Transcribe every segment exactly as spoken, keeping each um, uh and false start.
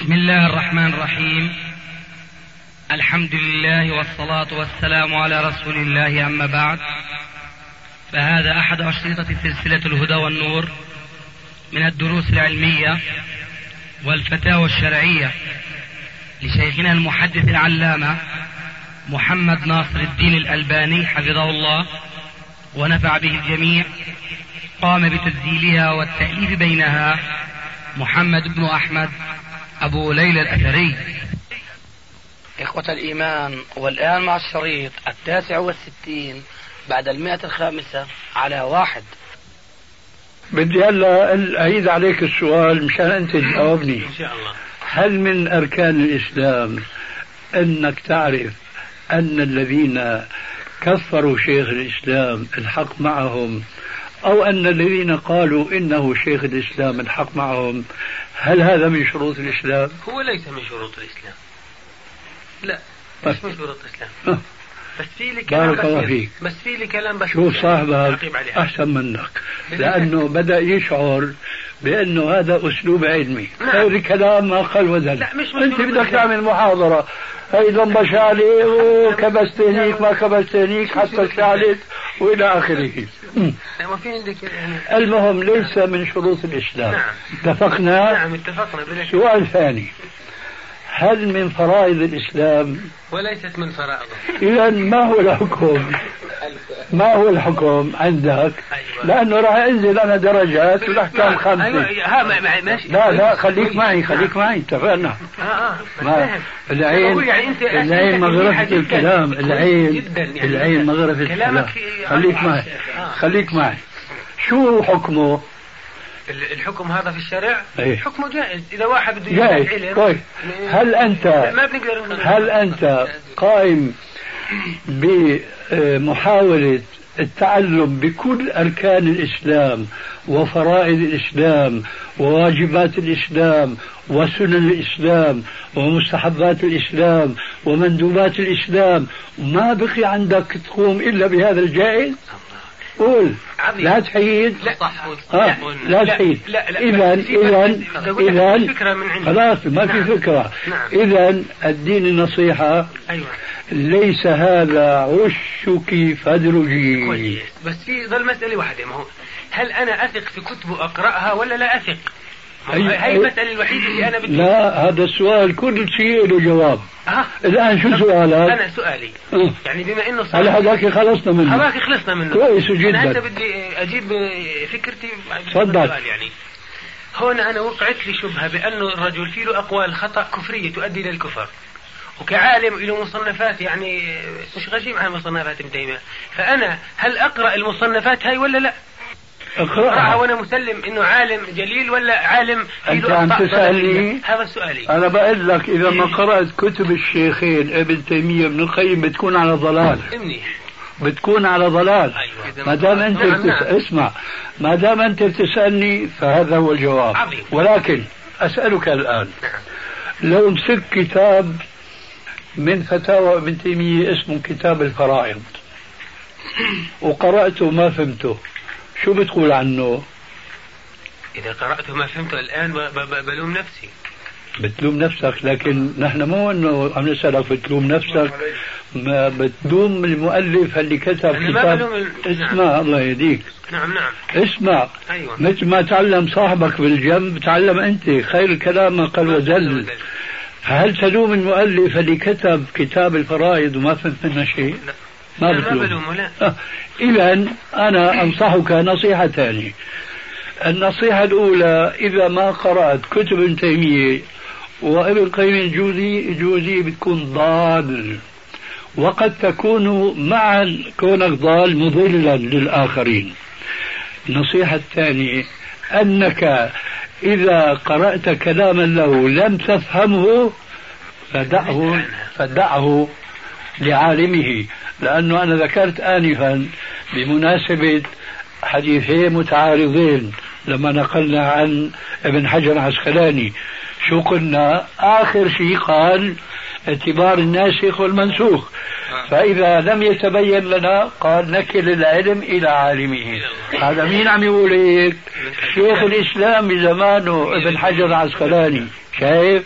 بسم الله الرحمن الرحيم. الحمد لله والصلاة والسلام على رسول الله، أما بعد، فهذا أحد أشرطة سلسلة الهدى والنور من الدروس العلمية والفتاوى الشرعية لشيخنا المحدث العلامة محمد ناصر الدين الألباني حفظه الله ونفع به الجميع. قام بتسجيلها والتأليف بينها محمد بن أحمد أبو ليلى الأثري. إخوة الإيمان، والآن مع الشريط التاسع والستين بعد المئة الخامسة على واحد. بدي هلا أعيد عليك السؤال مشان أنت تجاوبني إن شاء الله. هل من أركان الإسلام أنك تعرف أن الذين كفروا شيخ الإسلام الحق معهم، أو أن الذين قالوا إنه شيخ الإسلام الحق معهم؟ هل هذا من شروط الإسلام؟ هو ليس من شروط الإسلام، لا مش من شروط الإسلام. بس في لي كلام بارك الله فيك. بس في لي كلام بس شوف صاحبك أحسن منك، لأنه بدأ يشعر بأنه هذا أسلوب علمي. غير كلام ما قال وزن. أنت بدك تعمل محاضرة، هي ضمبة شالي وكبست هنيك ما كبست هنيك حتى شالت وإلى آخره. ما في عندك يعني. المهم ليس من شروط الإسلام. نعم. اتفقنا؟ نعم اتفقنا. سؤال ثاني، هل من فرائض الإسلام؟ وليست من فرائضه. إذا ما هو الحكم؟ ما هو الحكم عندك؟ أيوة. لأنه راح أنزل أنا درجات والأحكام خمسة. أيوة. ماشي. لا لا خليك معي خليك معي اتفقنا. آه آه. ما العين يعني العين مغرفة الكلام، العين يعني العين مغرفة الكلام. خليك معي خليك معي. شو حكمه؟ الحكم هذا في الشرع أيه؟ حكمه جائز إذا واحد بده جائز. علم. طيب هل أنت ما بنقدر هل أنت قائم بمحاولة التعلم بكل أركان الإسلام وفرائض الإسلام وواجبات الإسلام وسنن الإسلام ومستحبات الإسلام ومندوبات الإسلام، ما بقي عندك تقوم إلا بهذا الجائز؟ قول. لا تحيد. لا آه. لا تحيد. إذا إذا إذا خلاص ما في فكرة. إذا الدين النصيحة. أيوة. ليس هذا عشك فادرجي. كويس. بس في ظل مسألة واحدة، ما هو هل أنا أثق في كتب أقرأها ولا لا أثق؟ هاي المسألة الوحيدة اللي أنا بدي. لا هذا السؤال كل شيء له جواب. أه. الآن شو سؤالك؟ أنا سؤالي أه. يعني بما إنه على هذاك خلصنا منه. هذاك خلصنا منه. كويس جدا. أنا هسه بدي أجيب فكرتي. تفضل. يعني هون أنا وقعت لي شبهة بأنه الرجل فيه له أقوال خطأ كفرية تؤدي إلى الكفر، وكعالم له مصنفات يعني مش غشيم عن مصنفات ابن تيمية، فأنا هل أقرأ المصنفات هاي ولا لا؟ أقرأها وأنا مسلم إنه عالم جليل ولا عالم أنت عم تسألني؟ هذا سؤالي. أنا بقول لك إذا ما قرأت كتب الشيخين ابن تيمية ابن القيم بتكون على ضلال. منيح. بتكون على ضلال. أيوة. ما دام أنت نعم بتس... نعم. اسمع، ما دام أنت بتسألني فهذا هو الجواب. عظيم. ولكن أسألك الآن، نعم. لو مسك كتاب من فتاوى ابن تيمية اسمه كتاب الفرائض وقرأته ما فهمته، شو بتقول عنه؟ إذا قرأته ما فهمته الآن بلوم نفسي. بتلوم نفسك، لكن نحن مو انه عم نسألك بتلوم نفسك، ما بتلوم المؤلف اللي كتب كتاب. اسمع الله يهديك. نعم نعم. اسمع. أيوة. مثل ما تعلم صاحبك بالجنب تعلم انت، خير الكلام ما قل وزل. هل تلوم المؤلف اللي كتب كتاب الفرائض وما فهمت منه شيء؟ لا. ما لا بتلوم. ما بلومه لا. آه. إذا أنا أنصحك نصيحة ثانية. النصيحة الأولى، إذا ما قرأت كتب ابن تيمية وابن القيم الجوزي الجوزي بتكون ضال، وقد تكون مع كونك ضال مضلا للآخرين. النصيحة الثانية أنك إذا قرأت كلاما له لم تفهمه فدعه فدعه لعالمه، لأنه أنا ذكرت آنفا بمناسبة حديثين متعارضين لما نقلنا عن ابن حجر العسقلاني شو قلنا؟ آخر شيء قال اعتبار الناسخ والمنسوخ، فإذا لم يتبين لنا قال نكل العلم إلى عالمه. هذا مين عم يقول هيك؟ شيخ الإسلام بزمانه ابن حجر العسقلاني. شايف؟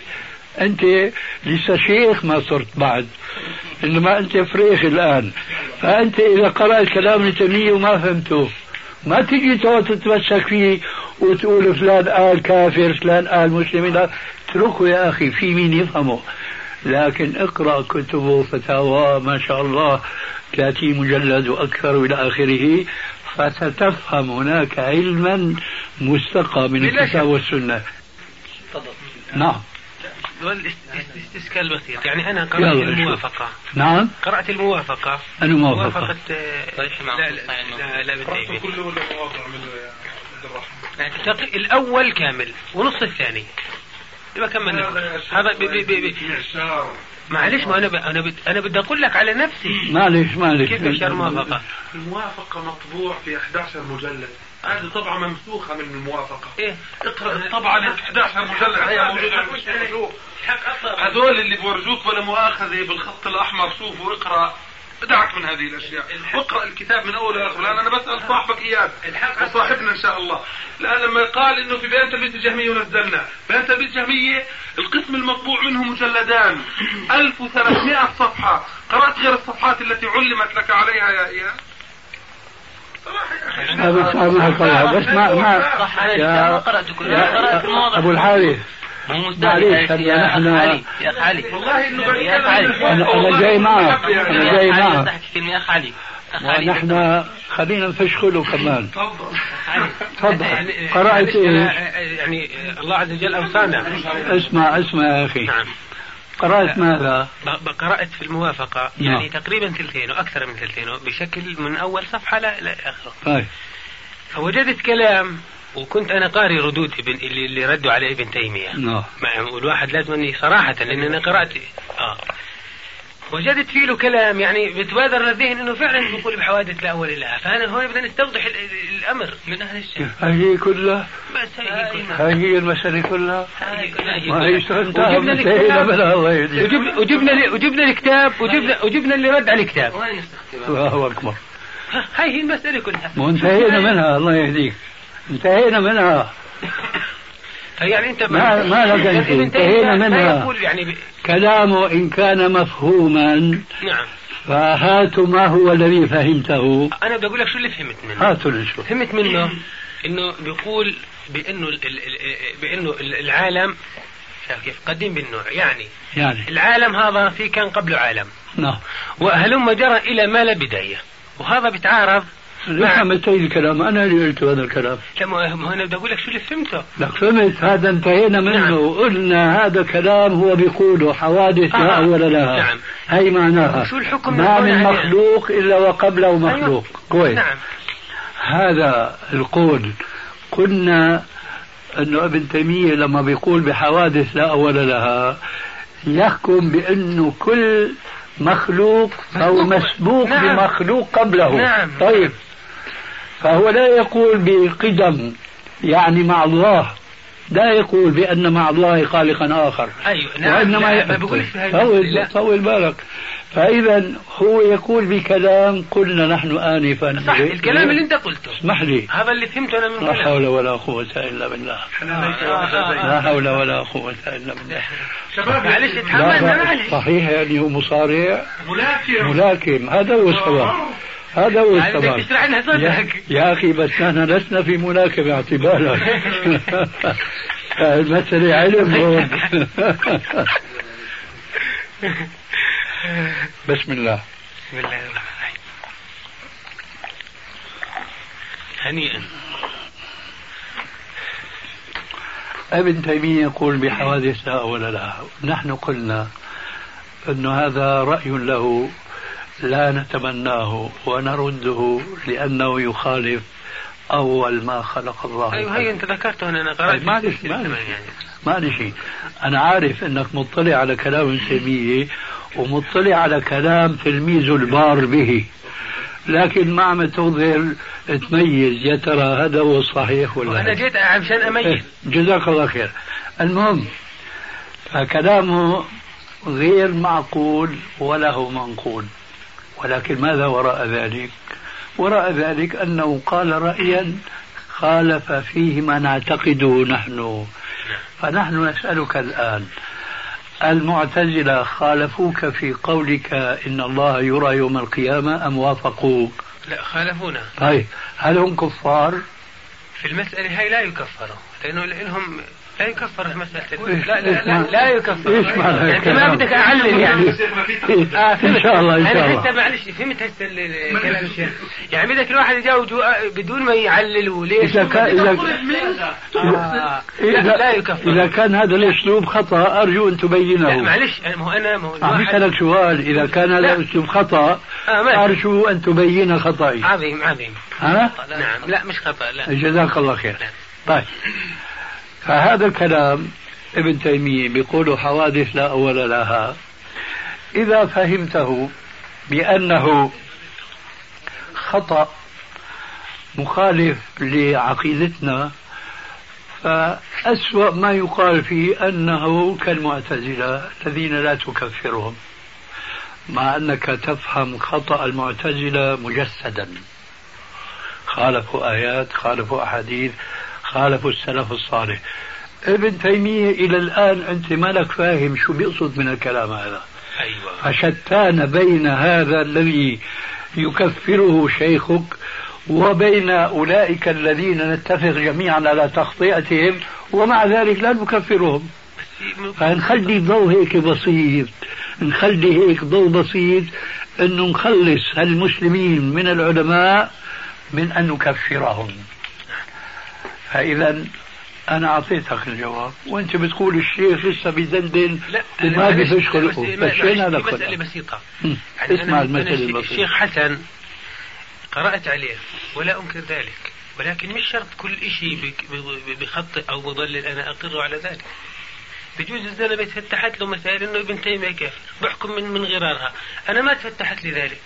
أنت لسه شيخ ما صرت بعد، إنما أنت فريخ الآن. فأنت إذا قرأت كلام ابن تيمية وما فهمته ما تجي تتمسك فيه وتقول فلان قال كافر فلان قال مسلم. لا، اتركه يا أخي في مين يفهمه. لكن اقرأ كتبه فتاوى ما شاء الله ثلاثين مجلد وأكثر إلى آخره، فستفهم هناك علما مستقى من الكتاب والسنة. نعم. الاستسكال بسيط، يعني أنا قرأت الموافقة. نعم. قرأت الموافقة. أنا موافقة. موافقة لا لا لا بالتأمين. الأول كامل ونص الثاني. يبقى كمل. هذا بي بي بي بي. معلش، ما أنا ب... أنا ب... أنا بدي أقول لك على نفسي. معلش معلش. كيف الشر موافقة؟ الموافقة مطبوع في أحد عشر مجلد، هذه طبعة ممسوخة من الموافقة. إيه؟ اقرأ الطبعة ال أحد عشر مجلد هي موجودة. هذول اللي بورجوك ولا مؤاخذة بالخط الأحمر، شوفوا اقرأ، بدعك من هذه الأشياء، واقرأ الكتاب من أول لآخر. الآن أنا بسأل صاحبك إياد وصاحبنا إن شاء الله، لأن لما قال إنه في بيان تلبيس الجهمية ونزلنا بيان تلبيس الجهمية القسم المطبوع منه مجلدان ألف وثلاثمائة صفحة، قرأت غير الصفحات التي علمت لك عليها يا إياد؟ بس ما بس ما ما يا قرأت كل قرأت المواضع. أبو الحارث معليش، يا أخ علي يا أخ علي والله إنه يا أخ علي أنا جاي معك أنا جاي معك يا أخ علي. ونحن خلينا نفشخله كمان. تفضل. قرأت إيه؟ يعني الله عز وجل أوصانا. اسمع اسمع يا أخي. نعم. قرأت ماذا؟ قرأت في الموافقة يعني تقريبا ثلثين وأكثر من ثلثين بشكل من أول صفحة لآخره. طيب. فوجدت كلام، وكنت أنا قاري ردود ابن اللي, اللي ردوا على ابن تيمية. نعم. والواحد لازم أني صراحة لأن أنا قرأت آه وجدت فيه له كلام يعني بتبادر للذهن انه فعلا يقول بحوادث لا اول لها. فانا هون بدنا نستوضح الامر من اهل الشيء. هي كلها بس هي كلها هي المسألة كلها. ما هي وجبنا الكتاب وجبنا وجبنا الكتاب وجبنا وجبنا اللي رد على الكتاب. الله اكبر. هاي هي المسألة كلها. وانتهينا منها الله يهديك. انتهينا منها. يعني انت ما ما لك انتهينا منها. يعني ب... كلامه إن كان مفهوما نعم فهاتوا ما هو الذي فهمته. أنا بدي أقول لك شو اللي فهمت منه. هاتوا لي شو فهمت منه. إنه بيقول بأنه ال ال بأنه العالم كيف قديم بالنوع يعني يعني العالم هذا في كان قبله عالم. نعم. وهلم جرى إلى ما لا بداية، وهذا بيتعارض. لا ما تقول الكلام، أنا اللي قلت هذا الكلام. لا أنا بدي أقول لك شو اللي فهمته. لك فهمت هذا انتهينا منه. نعم. قلنا هذا كلام هو بيقوله حوادث لا آه. أول لها. نعم. هي معناها شو الحكم ما من مخلوق إلا وقبله مخلوق. أيوه. كويس. نعم. هذا القول قلنا أنه ابن تيمية لما بيقول بحوادث لا أول لها يحكم بأنه كل مخلوق أو مسبوق نعم. بمخلوق قبله. نعم. طيب، فهو لا يقول بقدم يعني مع الله، لا يقول بأن مع الله خالقا آخر. أيوة. نعم. وإنما لا. بقول طول, طول بالك. فإذا هو يقول بكلام قلنا نحن آنفا. صح الكلام اللي أنت قلته. اسمح لي. هذا اللي فهمته أنا من كلامك. لا حول ولا قوة إلا بالله. لا حول ولا قوة إلا بالله. شباب معلش اتحمل معلش. صحيح يعني هو مصارع ملاكم ملاكم هذا هو السبب. هذا هو السبب يا, يا أخي. بس نحن لسنا في ملاكمة اعتبارا. المسألة علم. بسم الله. بسم الله الرحمن الرحيم. هنيئا. ابن تيمية يقول بحوادث لا أول لها. نحن قلنا أن هذا رأي له لا نتمناه ونرده لأنه يخالف أول ما خلق الله. أيوة هي أنت ذكرته أنا قرأت. ما لي ما لي شيء. أنا عارف أنك مطلع على كلام ابن تيمية ومطلع على كلام تلميذ البار به، لكن ما عم تظهر تميز يا ترى هذا هو الصحيح ولا. أنا جيت عشان أميز. جزاك الله خير. المهم فكلامه غير معقول وله منقول، ولكن ماذا وراء ذلك؟ وراء ذلك أنه قال رأيا خالف فيه ما نعتقده نحن. فنحن نسألك الآن المعتزلة خالفوك في قولك إن الله يرى يوم القيامة أم وافقوك؟ لا خالفونا. طيب هل هم كفار؟ في المسألة هاي لا يكفروا لأنه لأنهم لا يكفر في مسألة لا لا لا, لا يكفر. ايش معنى يعني ما بدك أعلل يعني آه ان شاء الله ان شاء الله. أنا معلش فهمت هسه الكلام الشيخ يعني بدك الواحد يجاوب بدون ما يعلل وليش إذا كان إذا آه. لا, لا يكفر. إذا كان هذا الأسلوب خطأ أرجو أن تبينه. لا معلش ما هو أنا ما هو عم بسألك سؤال إذا كان هذا الأسلوب خطأ آه أرجو أن تبين خطأي. عظيم عظيم. ها؟ نعم لا مش خطأ لا. جزاك الله خير. طيب فهذا الكلام ابن تيمية بيقول حوادث لا أول لها. إذا فهمته بأنه خطأ مخالف لعقيدتنا فأسوأ ما يقال فيه أنه كالمعتزلة الذين لا تكفرهم، مع أنك تفهم خطأ المعتزلة مجسدا، خالفوا آيات، خالفوا أحاديث، خالفوا السلف الصالح. ابن تيمية إلى الآن أنت مالك فاهم شو بيقصد من الكلام هذا. أيوة. فشتان بين هذا الذي يكفره شيخك وبين أولئك الذين نتفق جميعا على تخطئتهم ومع ذلك لا نكفرهم. فنخلي ضوء هيك بسيط، نخلي هيك ضوء بسيط أنه نخلص المسلمين من العلماء من أن نكفرهم. فإذا أنا أعطيتك الجواب وأنت بتقول الشيخ لسه بيدندن وما بيفش خلقه. مشينا لك مسألة بسيطة. يعني اسمع المسألة البسيطة. الشيخ حسن قرأت عليه ولا أنكر ذلك، ولكن مش شرط كل إشي بخطئ أو مضلل أنا أقر على ذلك. بجوز الزلمة تفتحت له مسائل إنه ابن تيمية كافر بحكم من من غرارها، أنا ما تفتحت لي ذلك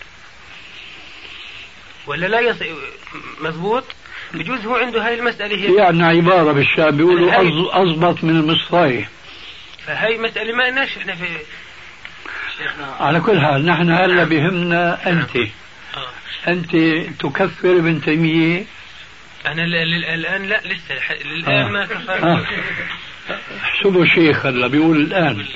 ولا لا يص... مضبوط. بجوز هو عنده هاي المسألة هي يعني عبارة بالشعب بيقولوا أضبط من المصفاية. فهي مسألة ما قلناش إحنا في على كل حال نحن هلا بهمنا أنت آه. أنت تكفر ابن تيمية. أنا الآن لا لسه الآن آه. ما كفر. آه. احسبوا شيخ هلا بيقول الآن.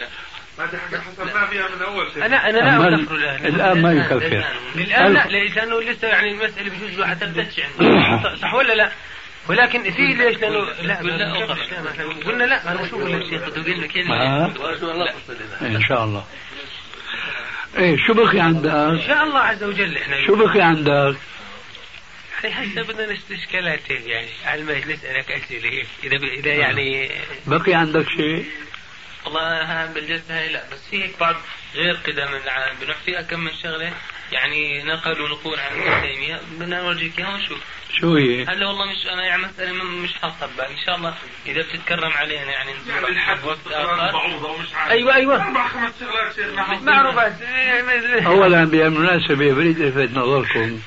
أنا أنا لا أكفر الآن. الآن ما يكفر. الآن لا لأنه لسه يعني المسألة بجوز الواحد تفتش عنده صح ولا لا؟ ولكن في ليش لأنه لا لا قلنا لا أنا شو قلنا الشيخ تقول لك إن شاء الله. إيه شو بقي عندك؟ إن شاء الله عز وجل إحنا شو بقي عندك؟ هسه بدنا استشكالات يعني على ما نسألك أسئلة إذا إذا يعني بقي عندك شيء؟ والله ها بالجلسة هاي لا، بس في هيك بعض غير قدم العالم بنروح فيها كم من شغلة يعني نقلوا نقول عن ابن تيمية بدنا نورجيك إياها ونشوف شو هي؟ هلا والله مش أنا يعني مسألة مش حاطة ببالي إن شاء الله إذا بتتكرم علينا يعني أيوة أيوة معروفات. أولا بالمناسبة بريد ألفت نظركم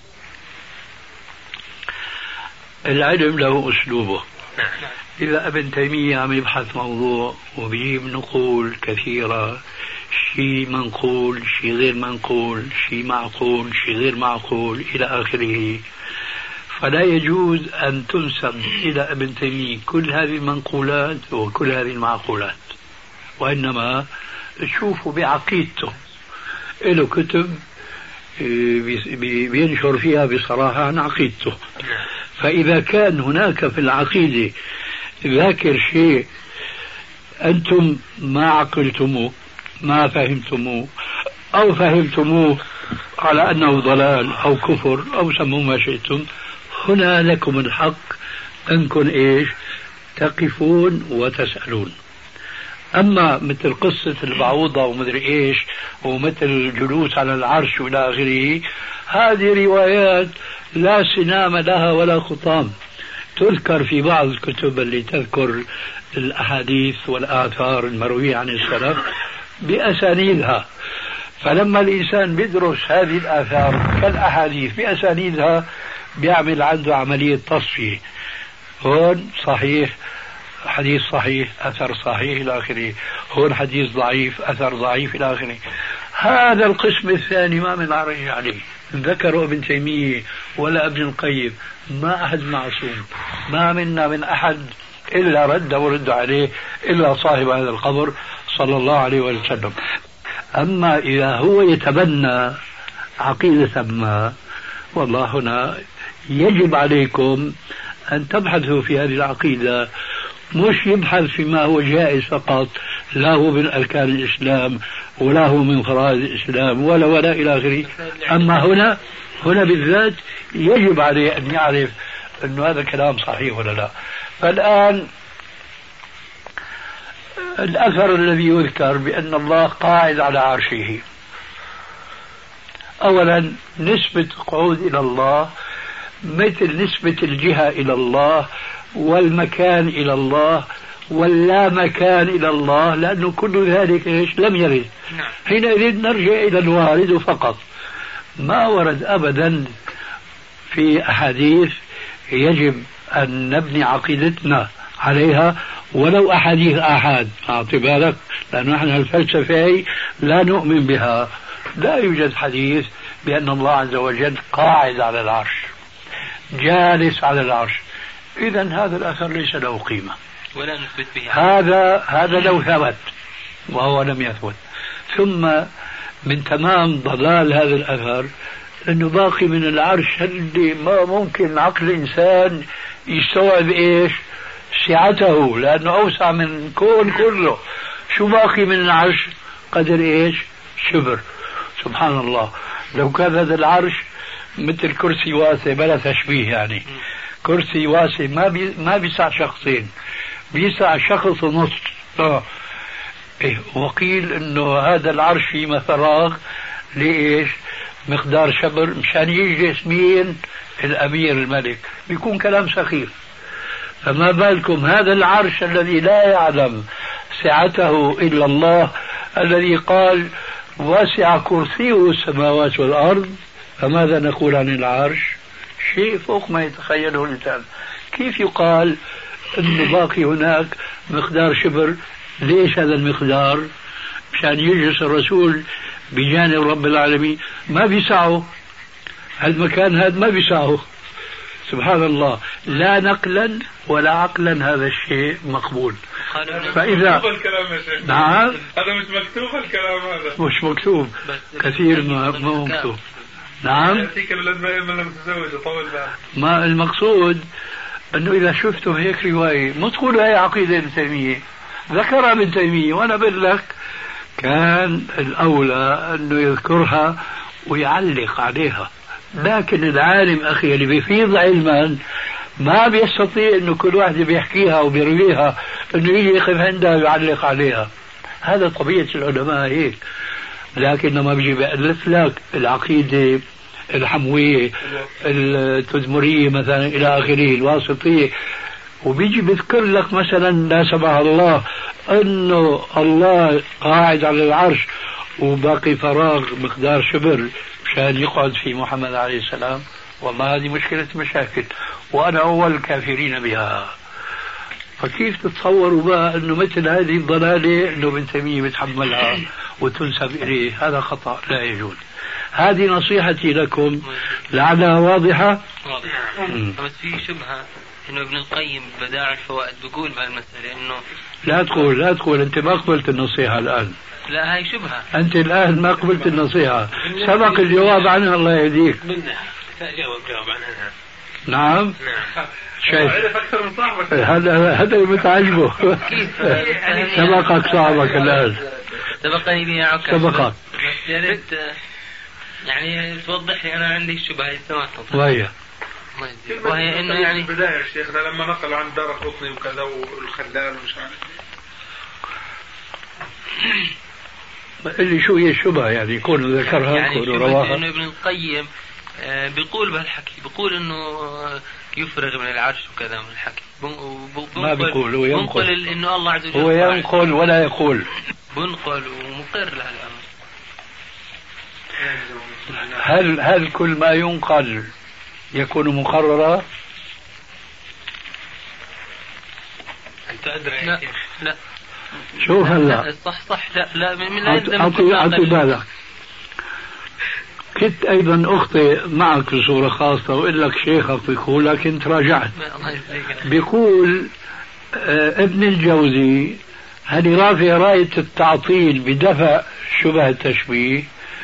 العلم له أسلوبه. إذا ابن تيمية عم يبحث موضوع وبيجيب نقول كثيرة، شيء منقول شيء غير منقول شيء معقول شيء غير معقول إلى آخره، فلا يجوز أن تنسب إلى ابن تيمية كل هذه المنقولات وكل هذه المعقولات، وإنما تشوفوا بعقيدته. له كتب بينشر فيها بصراحة عن عقيدته. فإذا كان هناك في العقيدة ذاكر شيء أنتم ما عقلتموه ما فهمتموه أو فهمتموه على أنه ضلال أو كفر أو سموه ما شئتم، هنا لكم الحق أنكم إيش تقفون وتسألون. أما مثل قصة البعوضة ومدري إيش ومثل الجلوس على العرش وإلى آخره، هذه روايات لا سنام لها ولا خطام، تذكر في بعض الكتب اللي تذكر الأحاديث والآثار المروية عن السلف بأسانيدها. فلما الإنسان بيدرس هذه الآثار كالأحاديث بأسانيدها بيعمل عنده عملية تصفية، هون صحيح حديث صحيح أثر صحيح إلى آخره، هون حديث ضعيف أثر ضعيف إلى آخره. هذا القسم الثاني ما من عرج عليه، ذكروا ابن تيمية ولا ابن القيم، ما أحد معصوم، ما منا من أحد إلا رد ورد عليه إلا صاحب هذا القبر صلى الله عليه وسلم. أما إذا هو يتبنى عقيدة ما، والله هنا يجب عليكم أن تبحثوا في هذه العقيدة، مش يبحث فيما هو جائز فقط، لا هو من أركان الإسلام ولا هو من فرائض الإسلام ولا ولا إلى آخره. أما هنا هنا بالذات يجب عليه أن يعرف أن هذا الكلام صحيح ولا لا. فالآن الأثر الذي يذكر بأن الله قاعد على عرشه، أولا نسبة قعود إلى الله مثل نسبة الجهة إلى الله والمكان إلى الله واللا مكان إلى الله، لأنه كل ذلك إيش لم يرد. حينئذ نرجع إلى الوارد فقط، ما ورد أبدا في أحاديث يجب أن نبني عقيدتنا عليها ولو أحاديث آحاد. أعطي بالك، لأن نحن الفلسفة لا نؤمن بها، لا يوجد حديث بأن الله عز وجل قاعد على العرش جالس على العرش، إذا هذا الأثر ليس له قيمة ولا نثبت به. هذا هذا لو ثبت وهو لم يثبت. ثم من تمام ضلال هذا الأثر أنه باقي من العرش اللي ما ممكن عقل الإنسان يستوعب إيش سعته، لأنه أوسع من كون كله. شو باقي من العرش؟ قدر إيش؟ شبر. سبحان الله، لو كان هذا العرش مثل كرسي واسع، بلا تشبيه يعني، كرسي واسع ما بي ما بيسع شخصين، بيسع شخص ونص. آه. إيه، وقيل انه هذا العرش فيه فراغ ليش؟ مقدار شبر، مشان يجلس مين؟ الامير الملك. بيكون كلام سخيف. فما بالكم هذا العرش الذي لا يعلم سعته الا الله، الذي قال واسع كرسيه السماوات والارض، فماذا نقول عن العرش؟ شيء فوق ما يتخيله الإنسان. كيف يقال أنه باقي هناك مقدار شبر؟ ليش هذا المقدار؟ مشان يجلس الرسول بجانب رب العالمين، ما بيسعه هالمكان، هذا ما بيسعه. سبحان الله، لا نقلا ولا عقلا هذا الشيء مقبول. فإذا نعم هذا مش مكتوب، الكلام هذا مش مكتوب، كثير ما مو مكتوب. نعم، ما المقصود أنه إذا شفتوا هيك رواية مو تقولوا هي عقيدة ابن تيمية، ذكرها ابن تيمية، وأنا بقول لك كان الأولى أنه يذكرها ويعلق عليها. لكن العالم أخي اللي بيفيض علما ما بيستطيع أنه كل واحد بيحكيها وبيرويها أنه يجي يقف عندها ويعلق عليها. هذا طبيعة العلماء هيك. لكن لما بيجي بألف لك العقيدة الحموية التدمرية مثلا إلى آخره الواسطية، وبيجي بذكر لك مثلا لا سمح الله أنه الله قاعد على العرش وباقي فراغ مقدار شبر مشان يقعد في محمد عليه السلام، والله هذه مشكلة مشاكل، وأنا أول الكافرين بها. فكيف تتصوروا بقى أنه مثل هذه الضلالة أنه ابن تيمية بتحملها وتنسب إليه؟ هذا خطأ لا يجوز. هذه نصيحتي لكم، لعلها واضحة. واضحة. بس في شبهة إنه ابن القيم بداعي الفوائد بيقول بهالمسألة إنه لا تقول لا تقول أنت ما قبلت النصيحة الآن. لا هاي شبهة، أنت الآن ما قبلت النصيحة، سبق الجواب عنها الله يهديك. جاوب جواب عنها. نعم. نعم. شايف هذا هذا اللي متعجبه. سبقك صاحبك الآن. سبقني بها عكاش. سبقك. يا ريت يعني توضح لي، أنا عندي شبهة السماء. وهي وهي إنه يعني البداية شيخنا لما نقل عن دار قطني وكذا والخلال ومش عارف. اللي شو هي الشبهة يعني يكون ذكرها يعني يكون رواها. إنه ابن القيم بيقول بهالحكي، بيقول إنه يفرغ من العرش وكذا من الحكي. ما بيقول، هو ينقل. بينقل إنه الله عز وجل هو ينقل ولا يقول. بنقل ومقر لهالأمر. هل هل كل ما ينقل يكون مقررا؟ أنت أدري. لا لا شوف هلا صح صح لا لا من لا يلزم. أعطي أعطي بالك، كنت أيضا أخطئ معك بصورة خاصة وإقول لك شيخك بيقول، لكن تراجعت. بيقول آه ابن الجوزي هل رافع راية التعطيل بدفع شبه التشبيه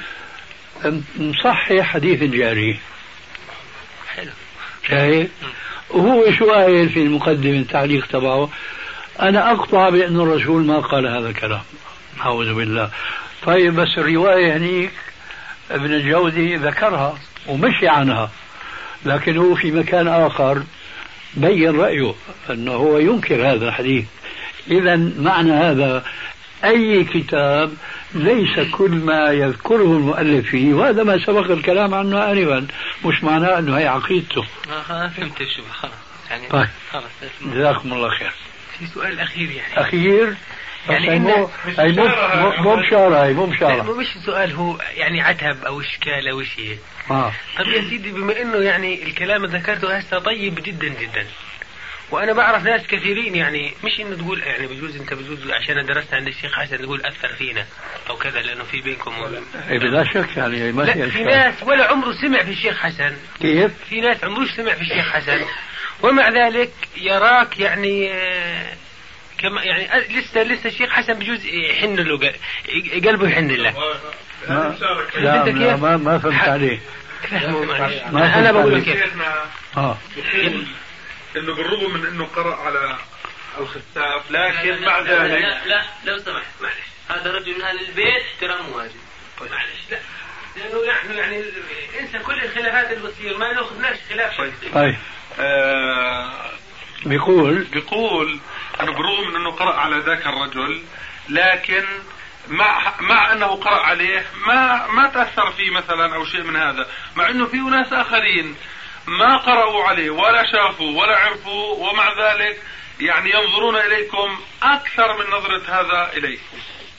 مصحح حديث الجاري. حلو. شايف؟ وهو شو قايل في المقدمة التعليق تبعه؟ أنا أقطع بأن الرسول ما قال هذا الكلام، أعوذ بالله. طيب بس الرواية هنيك ابن الجوزي ذكرها ومشي عنها، لكن هو في مكان آخر بين رأيه أنه هو ينكر هذا الحديث. إذا معنى هذا أي كتاب ليس كل ما يذكره المؤلف فيه، وهذا ما سبق الكلام عنه آنفا، مش معناه أنه هي عقيدته. آه فهمت شو خلاص يعني. طيب خلاص جزاكم الله خير. في سؤال أخير يعني أخير يعني مو أي مو مو بشارة هي مو بشارة مش سؤال هو يعني عتب أو إشكال أو شيء. آه. طب يا سيدي بما إنه يعني الكلام اللي ذكرته هسه طيب جدا جدا، وأنا بعرف ناس كثيرين يعني مش إنه تقول يعني بجوز أنت بجوز عشان درست عند الشيخ حسن تقول أثر فينا أو كذا لأنه في بينكم إيه بلا شك يعني ما لا في ناس ولا عمره سمع في الشيخ حسن. كيف؟ في ناس عمروش سمع في الشيخ حسن ومع ذلك يراك يعني كما يعني لسه لسه الشيخ حسن بجوز يحن له قلبه يحن له. ما لا, لا ما ما فهمت عليه. ما أنا بقول لك كيف. آه. إنه بالرغم من إنه قرأ على الخساف لكن مع ذلك لا لا لو سمحت معلش هذا رجل من أهل البيت احترام واجب. طيب. معلش لا لأنه نحن يعني انسى كل الخلافات اللي بتصير ما ناخذناش خلاف شيء. طيب. آه بيقول بيقول أنه بالرغم من أنه قرأ على ذاك الرجل لكن مع مع أنه قرأ عليه ما ما تأثر فيه مثلا أو شيء من هذا، مع أنه في ناس آخرين ما قرأوا عليه ولا شافوا ولا عرفوا ومع ذلك يعني ينظرون إليكم أكثر من نظرة هذا إليكم.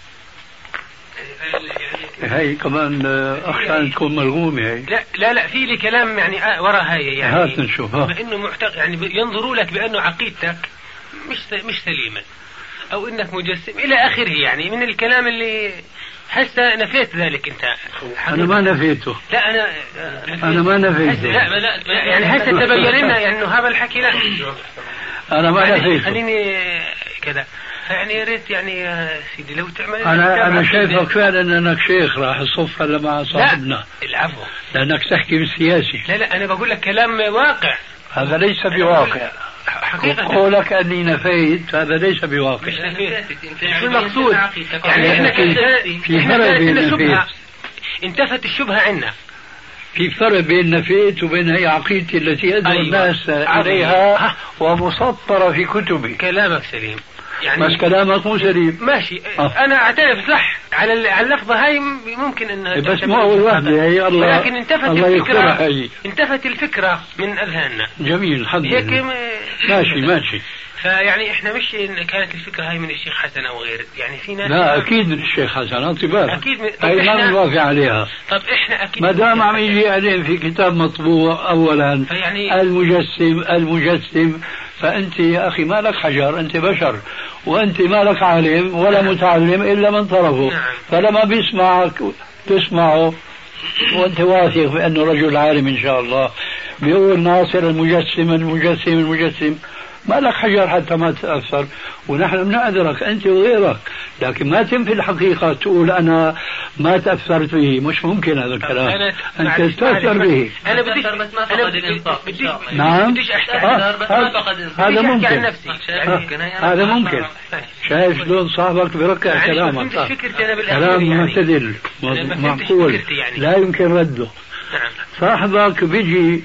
هي كمان أخشى أن تكون ملغومة هي. لا لا لا في لي كلام يعني آه ورا هاي يعني هات نشوف. بأنه معتقد يعني ينظروا لك بأنه عقيدتك مش مش سليمة أو إنك مجسم إلى آخره يعني من الكلام اللي هسه نفيت ذلك أنت. أنا ما نفيته. لا أنا أنا ما نفيته. لا لا يعني هسه تبين لنا يعني إنه هذا الحكي لا أنا ما نفيته. خليني كذا يعني يا ريت يعني يا سيدي لو تعمل. أنا أنا شايفك فعلا أنك شيخ راح الصف هلا مع صاحبنا. لا العفو. لأنك تحكي بالسياسي. لا لا أنا بقول لك كلام واقع. هذا ليس بواقع. حقيقة قولك أني نفيت هذا ليس بواقع. مش نفيت. شو المقصود؟ يعني إحنا في فرق بين نفيت. انتفت الشبهة عنا. في فرق بين نفيت وبين هي عقيدتي التي يدعو أيوة. الناس إليها ومسطرة في كتبي. كلامك سليم. يعني بس كلامك مو سليم. ماشي آه. أنا أعترف صح على على اللفظة هاي ممكن إن بس مو أول واحدة هي الله. لكن انتفت الله الفكرة هي. انتفت الفكرة من أذهاننا. جميل الحمد لله. ماشي ماشي. فيعني احنا مش إن كانت الفكرة هاي من الشيخ حسن أو غيره يعني في ناس. لا أكيد من الشيخ حسن انتباه. أكيد من. هاي ما بنوافق عليها. طب احنا أكيد. ما دام عم يجي عليه في كتاب مطبوع أولا فيعني المجسم المجسم فأنت يا أخي ما لك حجر، أنت بشر وأنت ما لك عالم ولا متعلم إلا من طرفه. نعم. فلما بيسمعك تسمعه وأنت واثق بأنه رجل عالم إن شاء الله بيقول ناصر المجسم المجسم المجسم ما لك حجر حتى ما تتأثر، ونحن بنعذرك أنت وغيرك، لكن ما تنفي الحقيقة تقول أنا ما تأثرت به، مش ممكن هذا الكلام. أنت تتأثر به. أنا بديش بس ما فقد الإنصاف. نعم بديش أحتاج بس ما فقد الإنصاف. هذا ممكن. هذا يعني ممكن. شايف شلون صاحبك بركع كلامك كلام معتدل معقول لا يمكن رده. صاحبك بيجي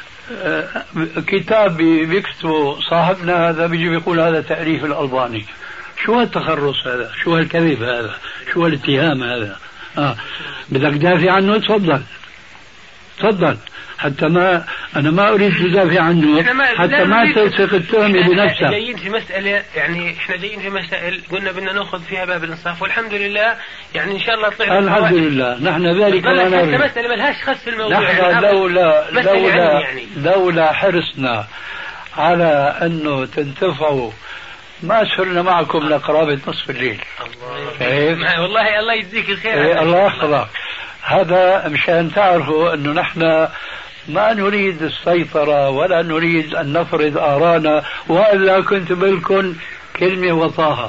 كتاب بيكتبه صاحبنا هذا بيجي بيقول هذا تأليف الألباني. شو هالتخرص هذا؟ شو هالكذب هذا؟ شو هالاتهام هذا؟ آه. بدك تدافع عنه تفضل تفضل حتى ما أنا ما أريد تدافع عنه حتى ما تلصق التهمة بنفسك. جايين في مسألة يعني إحنا جايين في مسائل قلنا بدنا نأخذ فيها باب الإنصاف والحمد لله يعني إن شاء الله طلعنا. الحمد لله نحن ذلك لا نرى. مسألة ملهاش خص في الموضوع. نحن يعني لولا لولا يعني. لولا حرصنا على أنه تنتفعوا ما صرنا معكم لقرابة نصف الليل. الله والله الله يجزيك الخير. إيه الله يحفظك. هذا مشان تعرفوا أنه نحن ما نريد السيطرة ولا نريد أن نفرض آرانا، وإلا كنت بالكم كلمة وطاها.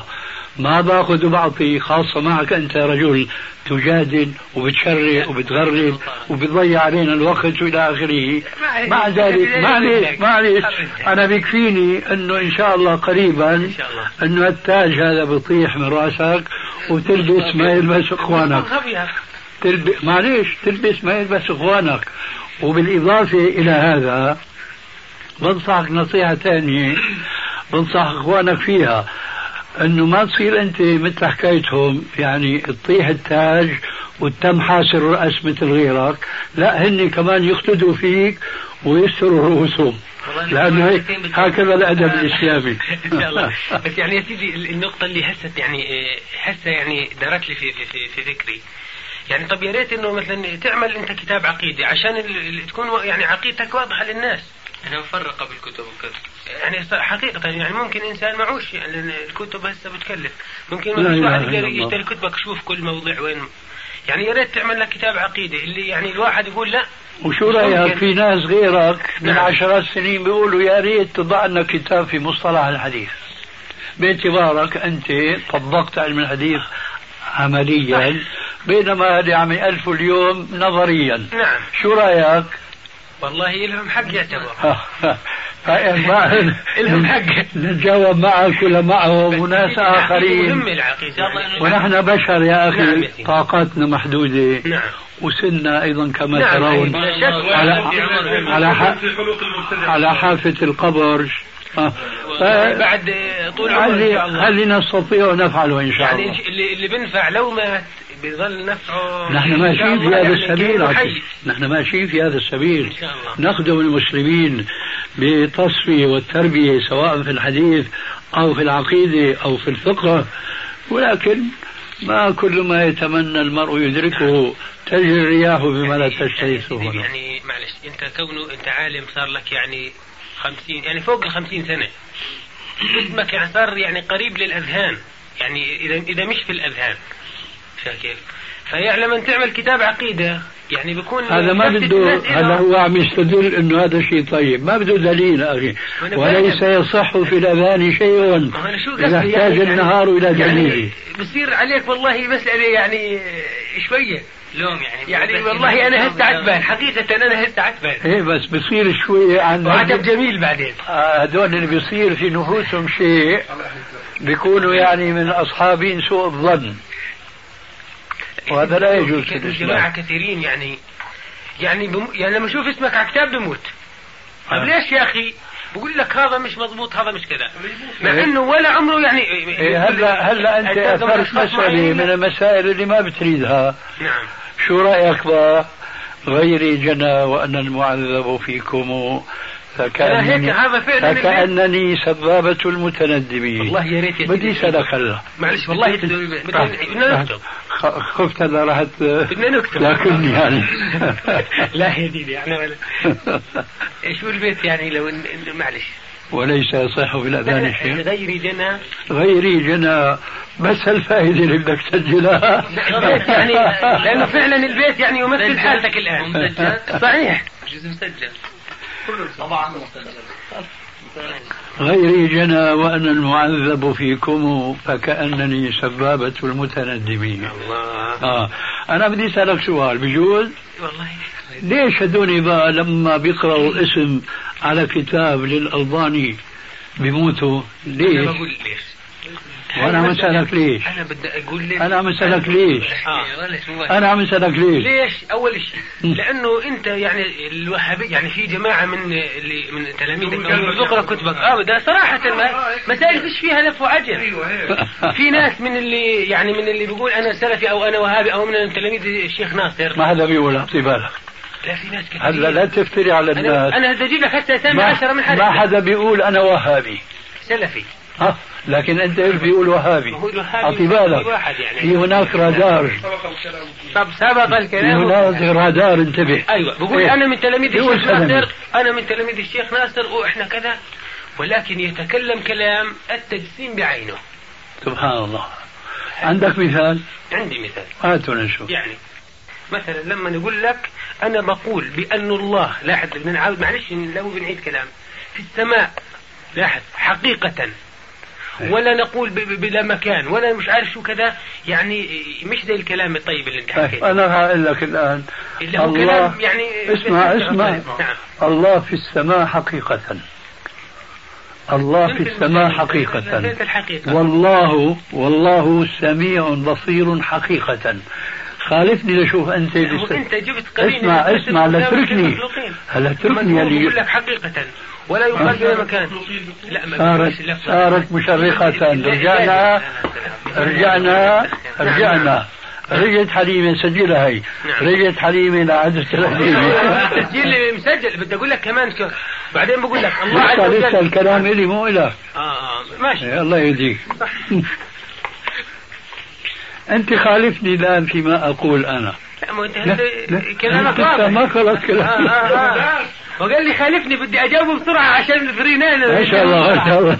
ما باخذ وبعطي، خاصة معك أنت رجل تجادل وبتشرع وبتغرب وبتضيع علينا الوقت وإلى آخره. مع ذلك معلش معلش أنا بكفيني أنه إن شاء الله قريبا أنه التاج هذا بيطيح من رأسك وتلبس ما يلبس إخوانك. تلبس معلش تلبس ما يلبس إخوانك. وبالإضافة إلى هذا بنصحك نصيحة ثانية بنصح إخوانك فيها، أنه ما تصير أنت مثل حكايتهم يعني تطيح التاج وتم حاسر الرأس مثل غيرك، لا هن كمان يقتدوا فيك ويستروا رؤوسهم، لأنه هيك هكذا الأدب الإسلامي. إن شاء الله. بس يعني يا سيدي النقطة اللي هسه يعني هسه يعني دارت لي في في في فكري، يعني طب يا ريت إنه مثلا تعمل أنت كتاب عقيدة عشان تكون يعني عقيدتك واضحة للناس. أنا مفرقة بالكتب وكذا. يعني حقيقة يعني ممكن إنسان معوش يعني الكتب هسه بتكلف، ممكن واحد يشتري كتبك شوف كل موضوع وين. يعني يا ريت تعمل لك كتاب عقيدة اللي يعني الواحد يقول لا. وشو رأيك في ناس غيرك من عشرات سنين بيقولوا يا ريت تضع لنا كتاب في مصطلح الحديث، باعتبارك أنت طبقت علم الحديث عمليا بينما اللي عم يألفوا اليوم نظريا. نعم. شو رأيك؟ والله لهم حق يعتبر. لهم حق نتجاوب معك ولا معهم وناس آخرين، ونحن بشر يا أخي طاقاتنا محدودة. نعم. وسننا أيضا كما نعم. ترون على على على حافة القبر. بعد طول عمره هل نستطيع نفعله إن شاء الله. يعني اللي اللي بنفع لو مات بيظل نفعه. نحن ماشيين في هذا السبيل، نحن ماشيين في هذا السبيل، نخدم المسلمين بالتصفية والتربية سواء في الحديث أو في العقيدة أو في الفقه، ولكن ما كل ما يتمنى المرء يدركه، تجري الرياح بما لا تشتهي السفن. يعني معلش أنت كونه أنت عالم صار لك يعني خمسين يعني فوق الخمسين سنة، اسمك يعني صار يعني قريب للأذهان، يعني إذا إذا مش في الأذهان كيف؟ فيعني لما تعمل كتاب عقيدة يعني بيكون هذا ما بده، هذا هو عم يستدل انه هذا شيء طيب، ما بده دليل اخي، وليس يصح في الاذان شيء اذا احتاج يعني النهار الى دليل. يعني بصير عليك والله مسألة يعني شوية لوم يعني يعني والله انا هسه عتبان حقيقة انا هسه عتبان. ايه بس بصير شوية عن وعجب جميل بعدين. هذول اللي بيصير في نفوسهم شيء بيكونوا يعني من اصحابين سوء الظن، وهذا لا يجوز في الإسلام. جماعة كثيرين يعني يعني بم... يعني لما اشوف اسمك على كتاب بموت. طيب ليش يا اخي؟ بقول لك هذا مش مضبوط هذا مش كذا، مع انه ولا عمره يعني إيه هلا هلا انت اثرت مسألة من المسائل اللي ما بتريدها. نعم. شو رأيك بقى؟ غيري جنى وأنا المعذب فيكم فكأنني, فكأنني سبابة المتندبين. والله يا ريت بدي سألك هلا معلش والله بدنا نكتب. خفت هلا راحت بدنا نكتب لكني يعني لا يا ديدي احنا ولا شو البيت يعني لو معلش وليس يصح في الأذان شيء. غيري جنى غيري جنى بس الفائدة اللي بدك تسجلها يعني لأنه فعلا البيت يعني يمثل حالتك الآن. مسجل صحيح جزء مسجل طبعا مسجل. غيري جنى وأنا المعذب فيكم فكأنني سبابة المتندبين. الله. آه. أنا بدي أسألك سؤال بجوز؟ والله ليش هدوني بقى لما بيقرأوا اسم على كتاب للألباني بيموتوا؟ ليش؟ أنا بقول ليش؟ وأنا عم أسألك ليش؟ أنا بدي أقول ليش؟ أنا عم أسألك ليش؟ آه. أنا عم أسألك ليش؟ ليش؟ أول شيء لأنه أنت يعني الوهابي يعني في جماعة من اللي من تلاميذك بيقرأ كتبك آه ده صراحة مسائل فيش فيها لف وعجل. في ناس من اللي يعني من اللي بيقول أنا سلفي أو أنا وهابي أو من تلاميذ الشيخ ناصر. ما هذا بيقول أعطي بالك. لا في ناس كثير. هلا لا تفتري على الناس. أنا بدي أجيب لك هسه أسامي عشرة من حدا. ما حدا بيقول أنا وهابي. سلفي. ها لكن أنت بيقول وهابي. أعطي بالك. يعني. في هناك رادار. طب سبق الكلام. في هناك رادار انتبه. أيوة بقول إيه؟ أنا من تلاميذ الشيخ ناصر أنا من تلاميذ الشيخ ناصر وإحنا كذا، ولكن يتكلم كلام التجسيم بعينه. سبحان الله. عندك مثال؟ عندي مثال. هاتوا نشوف. يعني مثلا لما نقول لك أنا بقول بأن الله لاحظ بنعاود معلش لو بنعيد كلام في السماء لاحظ حقيقة، ولا نقول بلا مكان ولا مش عارف شو كذا، يعني مش زي الكلام الطيب اللي انت حكيته. انا هقول لك الان الله يعني اسمع اسمع نعم. الله في السماء حقيقة، الله في السماء حقيقة، والله والله سميع بصير حقيقة. خالفني لشوف انت لس... انت جبت اسمع اسمع لا تتركني هلا تتركني اللي يقول لك حقيقة ولا يقال بلا مكان. لا ما صارت صارت مشرقة. رجعنا رجعنا رجعنا رجعت حليمة سجلها هي. رجعت حليمة لعدد تسجيل مسجل. بدي اقول لك كمان شو. بعدين بقول لك الله عز وجل لسه الكلام إلي مو إلك. اه اه ماشي الله يهديك. أنت خالفني الآن فيما أقول أنا. لا ما أنت كلامك واضح. ما خلص كلام. آه آه آه. وقال لي خالفني بدي أجاوبه بسرعة عشان الفرينين. ما شاء الله ما شاء الله.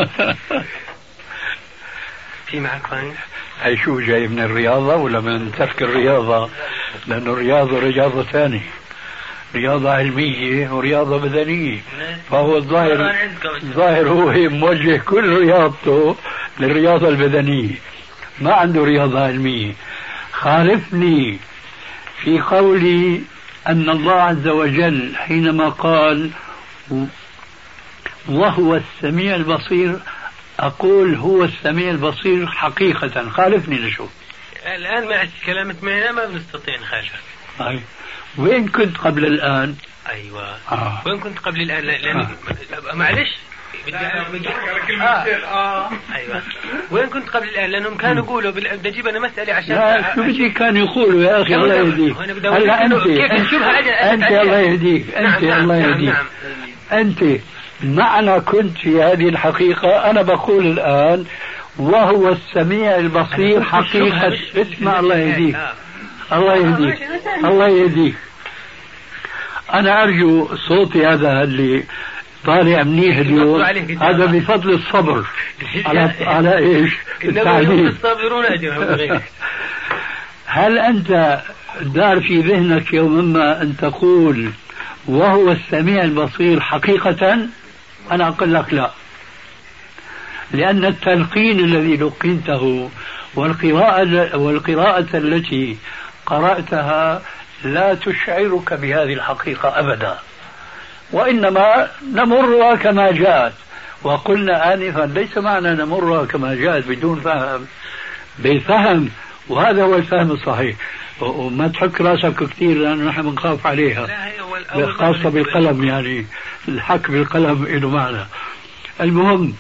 في معك فاين؟ هي شو جاي من الرياضة ولا من ترك الرياضة؟ لأنه الرياضة رياضة ثانية، رياضة علمية ورياضة بدنية. فهو الظاهر الظاهر هو موجه كل رياضته للرياضة البدنية، ما عنده رياضة علمية. خالفني في قولي أن الله عز وجل حينما قال وهو السميع البصير أقول هو السميع البصير حقيقة. خالفني لشوف الآن مع كلامك معنا ما بنستطيع نخالفك. أي. وين كنت قبل الآن؟ أيوة آه. وين كنت قبل الآن؟ لأن آه. معلش بدي آه. آه. أيوة وين كنت قبل الآن؟ لأنهم كانوا يقولوا بدي أجيب أنا مسألة عشان لا شو بدي كانوا يقولوا يا أخي الله يهديك. هلا أنت كيف نشوفها أنت الله يهديك أنت نعم الله يهديك نعم. أنت معنى كنت في هذه الحقيقة. أنا بقول الآن وهو السميع البصير حقيقة. اسمع الله يهديك الله يهديك الله يهديك. أنا أرجو صوتي هذا اللي طالع منيح اليوم هذا بفضل الصبر على على إيش التعليم. الصابرون أجرهم. هل أنت دار في ذهنك يوم ما أن تقول وهو السميع البصير حقيقة؟ أنا أقول لك لا، لأن التلقين الذي لقنته والقراءة والقراءة التي قرأتها لا تشعرك بهذه الحقيقة أبدا، وإنما نمرها كما جاءت. وقلنا آنفا ليس معنى نمرها كما جاءت بدون فهم، بالفهم، وهذا هو الفهم الصحيح. وما تحك راسك كثير لأنه نحن بنخاف عليها، خاصة بالقلم، يعني الحك بالقلم له معنى. المهم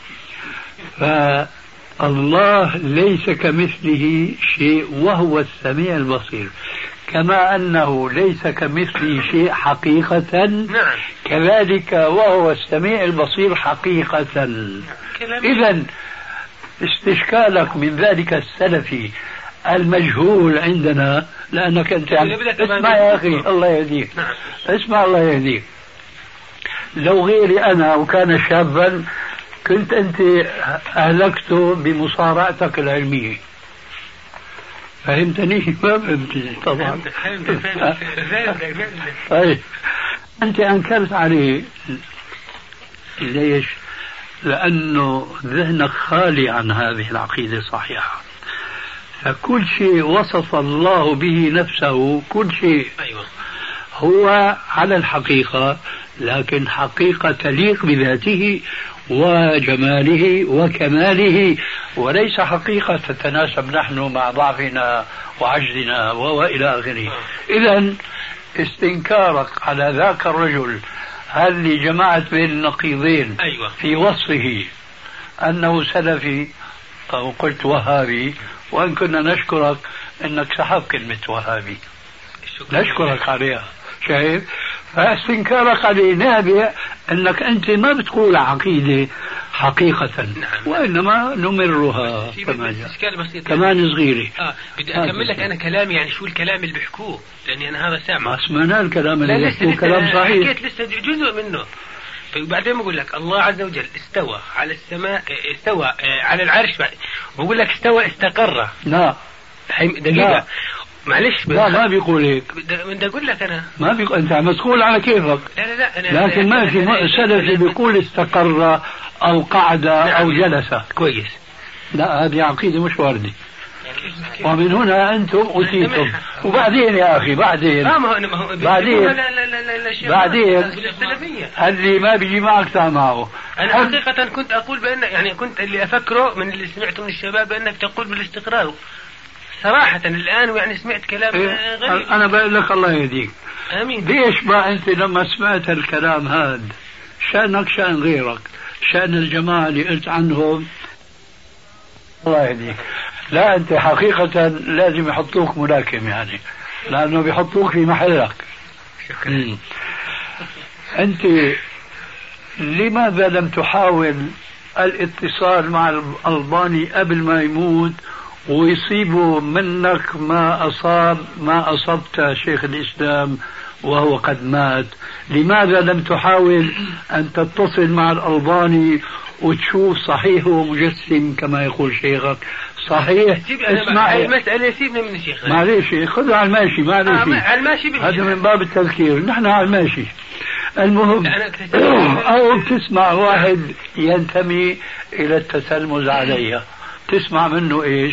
فالله ليس كمثله شيء وهو السميع البصير، كما أنه ليس كمثله شيء حقيقة نعم. كذلك وهو السميع البصير حقيقة. إذن استشكالك من ذلك السلفي المجهول عندنا، لأنك أنت اسمع يا أخي الله يهديك نعم. اسمع الله يهديك. لو غيري أنا وكان شابا كنت أنت أهلكته بمصارعتك العلمية. فهمتني؟ ما فهمتني طبعا. طيب أنت أنكرت عليه ليش؟ لأنه ذهنك خالي عن هذه العقيدة الصحيحة. فكل شيء وصف الله به نفسه، كل شيء هو على الحقيقة، لكن حقيقة تليق بذاته وجماله وكماله، وليس حقيقة تتناسب نحن مع ضعفنا وعجزنا وإلى آخره. إذن استنكارك على ذاك الرجل اللي جمعت بين النقيضين أيوة. في وصفه أنه سلفي أو قلت وهابي، وأن كنا نشكرك أنك سحب كلمة وهابي، نشكرك عليها. شايف؟ فاستنكارك عليه نابع أنك أنت ما بتقول عقيدة حقيقة نعم. وإنما نمرها كمان كمان صغيرة. آه. بدي أكمل لك أنا كلامي، يعني شو الكلام اللي بيحكوه، لأني أنا هذا سامع. ما سمعنا الكلام اللي بيحكوه كلام صحيح. حكيت لسه جزء منه. بعدين بقول لك الله عز وجل استوى على السماء، استوى على العرش، بقول لك استوى استقر. لا دقيقة. معلش لا ما بيقول هيك. بدي اقول لك انا ما بيقول، انت مسؤول على كيفك. لا لا لا أنا لكن ما في سلفي بيقول استقر او قعد او جلس. كويس. لا هذه عقيده مش وارده. ومن هنا انتم اوتيتم. وبعدين يا اخي بعدين اه ما هو بعدين لا لا لا لا لا بعدين السلفيه اللي ما بيجي معك معه. انا حقيقه كنت اقول بان يعني كنت اللي افكره من اللي سمعته من الشباب بانك تقول بالاستقرار صراحه الان، يعني سمعت كلام غريب. انا بقول لك الله يهديك. امين. ليش ما انت لما سمعت الكلام هذا شانك شان غيرك، شان الجماعه اللي قلت عنهم الله يهديك. لا انت حقيقة لازم يحطوك ملاكم يعني، لانه بيحطوك في محلك. شكرا. انت لماذا لم تحاول الاتصال مع الألباني قبل ما يموت ويصيبوا منك ما اصاب ما اصبت شيخ الاسلام وهو قد مات؟ لماذا لم تحاول ان تتصل مع الألباني وتشوف صحيح هو مجسم كما يقول شيخك؟ صحيح. اسمع المسألة سيبنا من الشيخ. معليش خذوا على الماشي معليش. آه على الماشي هذا من باب التذكير، نحن على الماشي. المهم او تسمع واحد ينتمي الى التسلمز عليها، تسمع منه ايش؟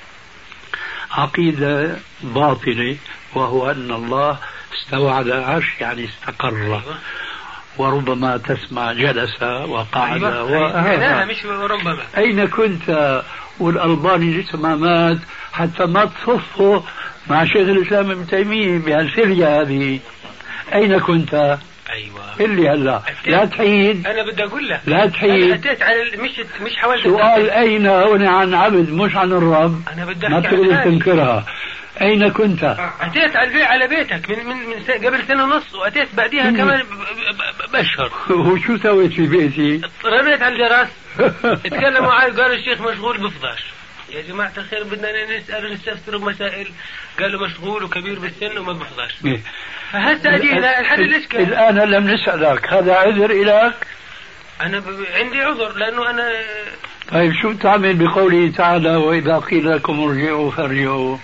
عقيدة باطلة، وهو ان الله استوى على العرش يعني استقر. وربما تسمع جلس وقعد. لا مش ربما. أين كنت والألباني لسه ما مات حتى ما تصفه مع شيخ الإسلام ابن تيمية بهالسرية هذه؟ أين كنت؟ أيوة اللي هلا لا تحيد. أنا بدي أقول لك لا تحيد. أتيت على مش مش حاولت. سؤال أين هون عن عبد مش عن الرب. أنا بدي ما تقدر تنكرها. أين كنت؟ أتيت على البيت على بيتك من من من قبل سنة ونص، وأتيت بعديها كمان بأشهر. وشو سويت في بيتي؟ رميت على الجرس. تكلموا معي قال الشيخ مشغول بفضاش. يا جماعة الخير بدنا نسأل ونستفسر بمسائل، قالوا مشغول وكبير بالسن وما بفضاش. فهسه أجينا الحل الإشكال. الآن لم نسألك هذا عذر إليك؟ أنا ب... عندي عذر لأنه أنا. طيب شو تعمل بقوله تعالى وإذا قيل لكم ارجعوا فارجعوا؟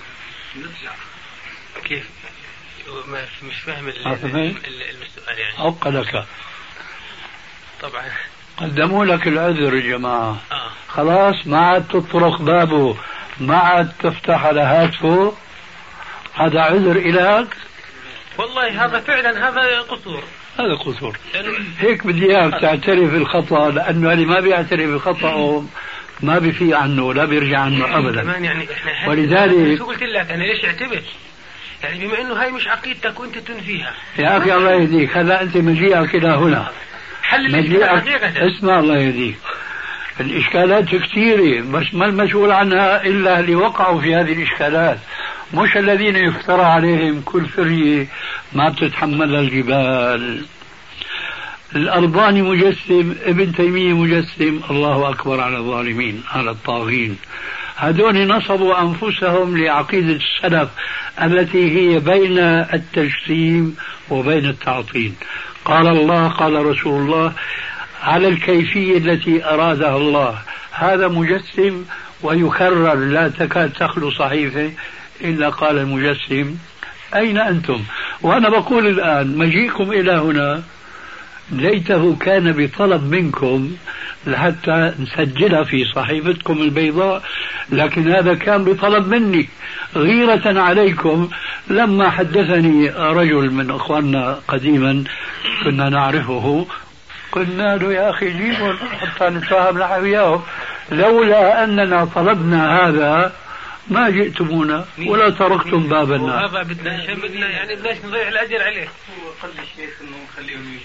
كيف؟ مش فاهم السؤال يعني. عقلك. طبعا قدموا لك العذر يا جماعة. آه. خلاص ما عاد تطرق بابه، ما عاد تفتح على هاتفه، هذا عذر إليك؟ والله هذا فعلا هذا قصور. هذا قصور. هيك بدي اياك تعترف بالخطأ، لأنه اللي ما بيعترف بخطأه ما بيفي عنه لا بيرجع عنه أبدا. كمان يعني إحنا ولذلك شو قلت لك أنا ليش اعتبر؟ يعني بما إنه هاي مش عقيدتك وأنت تنفيها. يا أخي الله يهديك، هلا أنت مجيئك إلى هنا. حل الإشكالات. اسمع الله يهديك، الإشكالات كثيرة بس ما المسؤول عنها إلا اللي وقعوا في هذه الإشكالات، مش الذين يفترى عليهم كل فرية ما بتتحملها الجبال. الألباني مجسم، ابن تيمية مجسم، الله أكبر على الظالمين على الطاغين. هذول نصبوا أنفسهم لعقيدة السلف التي هي بين التجسيم وبين التعطيل. قال الله قال رسول الله على الكيفية التي أرادها الله. هذا مجسم ويكرر، لا تكاد تخلو صحيفة إلا قال المجسم أين أنتم؟ وأنا بقول الآن مجيئكم إلى هنا ليته كان بطلب منكم لحتى نسجلها في صحيفتكم البيضاء، لكن هذا كان بطلب مني غيرة عليكم. لما حدثني رجل من أخواننا قديما كنا نعرفه قلنا له يا أخي جيبوا حتى نتفاهم نحن وياهم، لولا أننا طلبنا هذا ما جئتمونا ولا تركتم بابنا. وهذا بدنا عشان بدنا يعني بدناش نضيع الأجر عليه. هو قال الشيخ إنه نخليهم يجي.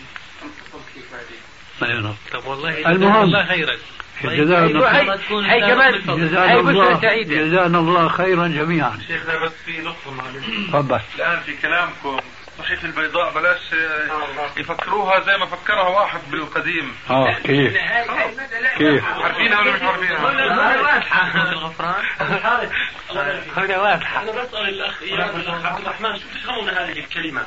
طب والله المهم الله خيرا. جزانا هاي كمان هاي بشرى سعيدة. جزانا الله خيرا جميعا. شيخنا بس في نقطة معلش. تفضل. الآن في كلامكم صحيفة البيضاء بلاش يفكروها زي ما فكرها واحد بالقديم. اه كيف؟ كيف؟ عارفينها ولا مش عارفينها؟ هنا واضحة. الغفران. هنا واضحة. أنا بسأل الأخ إياد والأخ عبد الرحمن شو تفهمون هذه الكلمة؟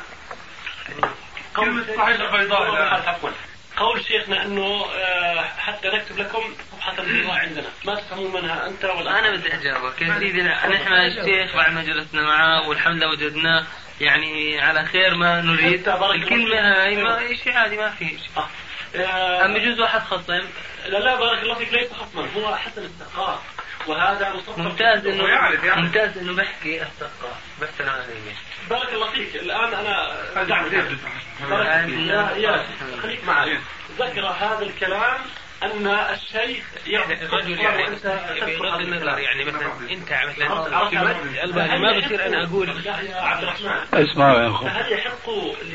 كلمة صحيفة البيضاء. عفوا. قول شيخنا أنه حتى نكتب لكم حتى الله عندنا ما تفهمون منها أنت ولا أنا بدي أجاوبك يا سيدي. نحن الشيخ بعد ما جلسنا معه والحمد لله وجدناه يعني على خير ما نريد. الكلمة هاي ما شيء عادي ما في شيء. آه. أم يجوز واحد خصم؟ لا لا بارك الله فيك ليس خصما هو حسن الثقافة وهذا ممتاز انه يعني. ممتاز انه بحكي الثقافة بس انا بارك الله فيك. الان انا يا يا خليك معي ذكر هذا الكلام ان الشيخ يعني الرجل يعني بغض النظر يعني مثلا انت مثلا ما بصير انا اقول يا عبد الرحمن اسمع يا اخو فهل يحق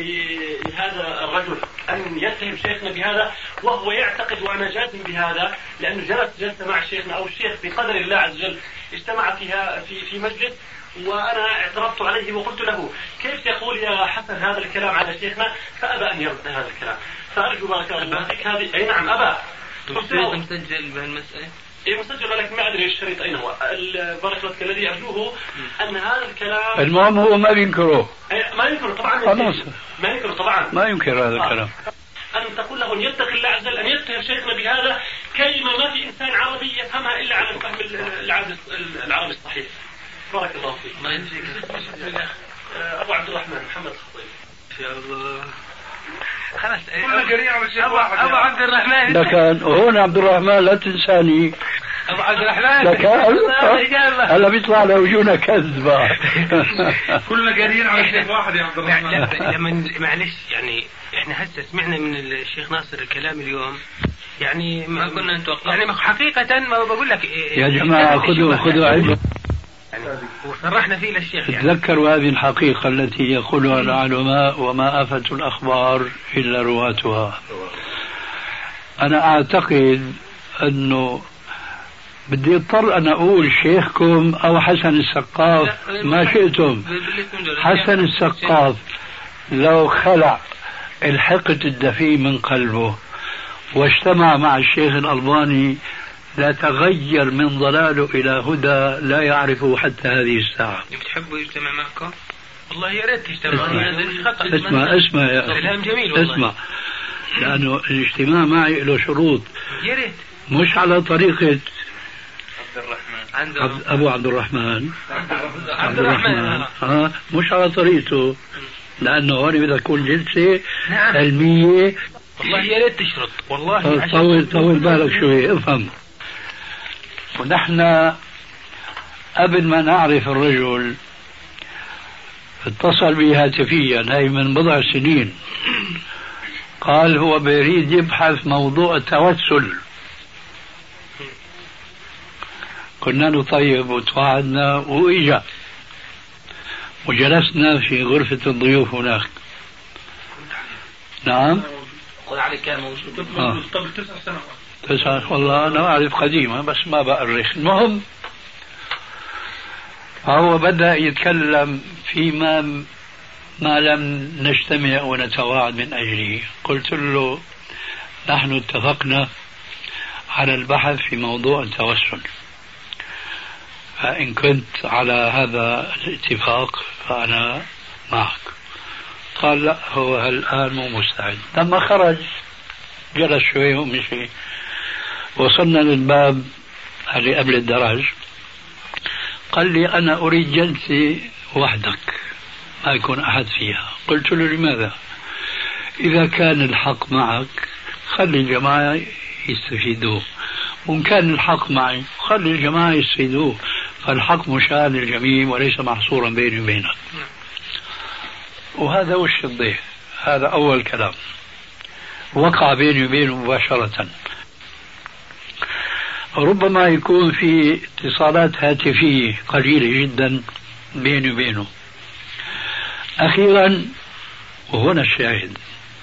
لهذا الرجل ان يتهم شيخنا بهذا وهو يعتقد وانا جازم بهذا لانه جلس جلسه مع شيخنا او الشيخ بقدر الله عز وجل اجتمع فيها في في مجلس وانا اعترضت عليه وقلت له كيف يقول يا حسن هذا الكلام على شيخنا فابى ان يرد هذا الكلام. فارجو بارك الله فيك هذه اي نعم ابى مسجل بهالمسألة؟ اي مسجل لكن ما ادري الشريط اين هو. بارك الله الذي ارجوه ان هذا الكلام المهم هو ما بينكره ما ينكره طبعا خلاص ما ينكره طبعا ما ينكر هذا الكلام. ان تقول له ان يتقي الله عز وجل ان يتهم شيخنا بهذا كلمه ما في انسان عربي يفهمها الا على الفهم العربي الصحيح. بارك الله فيك. ما ينسيك ابو عبد الرحمن محمد خطيب ان شاء الله. خلاص كلنا قرينا على الشيخ واحد. ابو عبد الرحمن لكن هون عبد الرحمن لا تنساني ابو عبد الرحمن لكن هلا بيطلع لوجونا كذبه. كلنا قرينا على الشيخ واحد يا عبد الرحمن. لما معلش يعني احنا هسه سمعنا من الشيخ ناصر الكلام اليوم يعني ما كنا نتوقع يعني حقيقه ما بقول لك يا جماعه خذوا خذوا علم يعني وصرحنا فيه للشيخ يعني. تذكروا هذه الحقيقة التي يقولها العلماء وما آفة الأخبار إلا رواتها. أنا أعتقد أنه بدي اضطر أن أقول شيخكم أو حسن السقاف ما شئتم. حسن السقاف لو خلع الحقد الدفي من قلبه واجتمع مع الشيخ الألباني لا تغير من ضلاله إلى هدى لا يعرفه حتى هذه الساعة. بتحبوا يجتمع معكم؟ والله يا ريت تجتمع. اسمع اسمع يا كلام جميل والله. اسمع لأنه الاجتماع معي له شروط. يا ريت مش على طريقة عبد الرحمن عبد أبو عبد الرحمن عبد الرحمن ها مش على طريقته لأنه هون بدها تكون جلسة نعم. علمية. والله يا ريت تشرط والله. طول طول بالك شوي افهم. ونحن قبل ما نعرف الرجل اتصل بي هاتفيا هاي من بضع سنين قال هو بيريد يبحث موضوع التوسل. كنا نطيب وتوعدنا وإجا وجلسنا في غرفة الضيوف هناك. نعم قل عليك كان موجود آه. قبل تسع سنوات. تسعة والله أنا أعرف قديمة بس ما بأرخ. المهم فهو بدأ يتكلم فيما ما لم نجتمع ونتواعد من أجله. قلت له نحن اتفقنا على البحث في موضوع التوسل فإن كنت على هذا الاتفاق فأنا معك. قال لا هو الآن مو مستعد. لما خرج جلس شوي ومشي وصلنا للباب اللي قبل الدرج قال لي أنا أريد جلسة وحدك ما يكون أحد فيها. قلت له لماذا؟ إذا كان الحق معك خلي الجماعة يستفيدوه وإن كان الحق معي خلي الجماعة يستفيدوه فالحق مشاع للجميع وليس محصورا بيني وبينك. وهذا وش الضيف. هذا أول كلام وقع بيني وبينه مباشرة. ربما يكون في اتصالات هاتفية قليلة جدا بيني وبينه. أخيرا وهنا الشاهد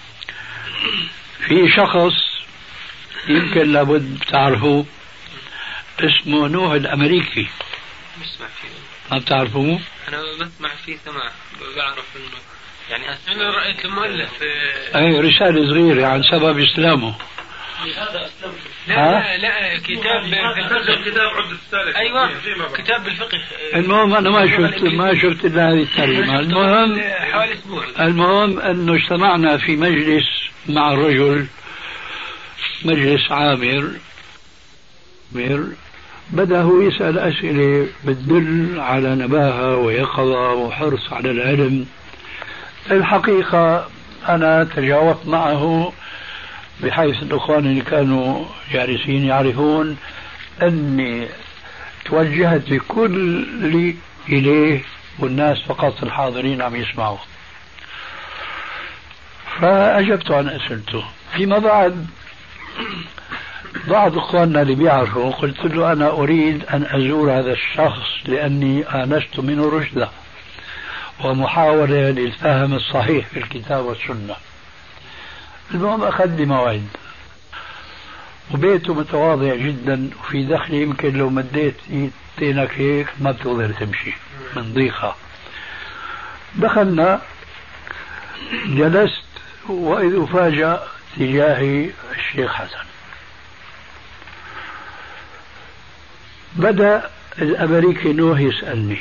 في شخص يمكن لابد تعرفوه اسمه نوح الأمريكي. ما بتعرفوه؟ أنا بسمع فيه سماع بعرف إنه يعني أنا رأيت المؤلف أي رسالة صغيرة عن سبب إسلامه. لهذا أسلمت. لا لا كتاب كتاب عدة السالك. أيوة كتاب بالفقه. المهم أنا ما شفت ما شفت إلا هذه الترجمة. المهم حوالي أسبوع. المهم أنه اجتمعنا في مجلس مع الرجل مجلس عامر مثمر بدأ هو يسأل أسئلة بتدل على نباهة ويقظة وحرص على العلم. الحقيقة أنا تجاوبت معه بحيث الأخوان اللي كانوا جالسين يعرفون أني توجهت بكل إليه والناس فقط الحاضرين عم يسمعوا، فأجبت عن أسئلته. فيما بعد بعض إخواننا اللي بيعرفوا قلت له أنا أريد أن أزور هذا الشخص لأني آنست منه رشدة ومحاولة للفهم الصحيح في الكتاب والسنة. المهم أخذ لي موعد، وبيته متواضع جدا وفي دخل يمكن لو مديت ايدينك هيك ما بتقدر تمشي من ضيقة. دخلنا جلست وإذ أفاجأ تجاهي الشيخ حسن. بدأ الأمريكي نوح يسألني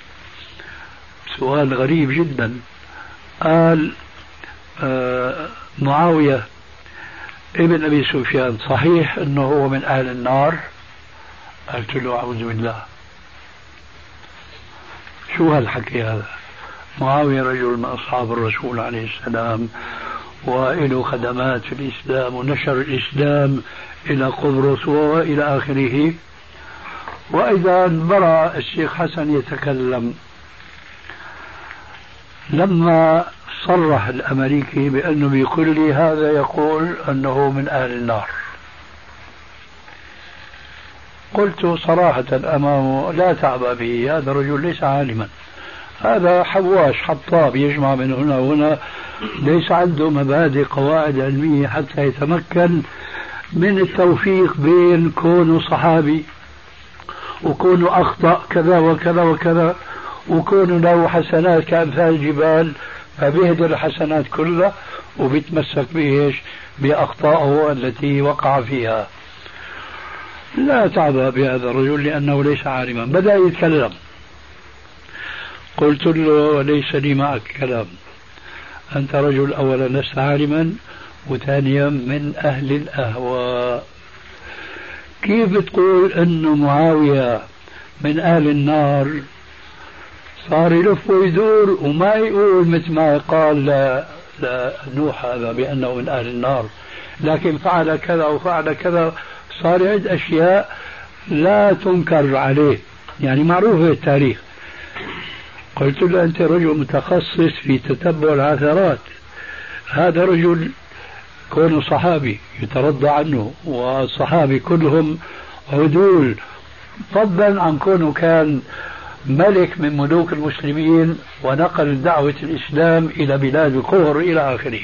سؤال غريب جدا. قال آه معاوية ابن أبي سفيان صحيح أنه هو من أهل النار؟ قلت له أعوذ بالله، شو هالحكي هذا؟ معاوية رجل من أصحاب الرسول عليه السلام وله خدمات في الإسلام ونشر الإسلام إلى قبرص وإلى آخره. وإذا برأ الشيخ حسن يتكلم لما صرح الأمريكي بأنه بيقول لي هذا يقول أنه من أهل النار. قلت صراحة أمامه لا تعبأ به، هذا الرجل ليس عالما، هذا حواش حطاب يجمع من هنا وهنا، ليس عنده مبادئ قواعد علمية حتى يتمكن من التوفيق بين كونه صحابي وكونه أخطأ كذا وكذا وكذا وكونه له حسنات كأمثال الجبال فبيهدر الحسنات كلها وبيتمسك بإيش؟ بأخطائه التي وقع فيها. لا تعبأ بهذا الرجل لأنه ليس عالما. بدأ يتكلم، قلت له ليس لي معك كلام، أنت رجل أولا لست عالما وثانيا من أهل الأهواء. كيف بتقول أنه معاوية من أهل النار؟ صار يلف ويدور وما يقول مثل ما قال لنوح هذا بأنه من أهل النار، لكن فعل كذا وفعل كذا، صار يعد أشياء لا تنكر عليه، يعني معروفة التاريخ. قلت له أنت رجل متخصص في تتبع العثرات، هذا رجل كونه صحابي يترضى عنه والصحابي كلهم عدول، فضلا عن كونه كان ملك من ملوك المسلمين ونقل دعوة الإسلام إلى بلاد الكفر إلى آخره.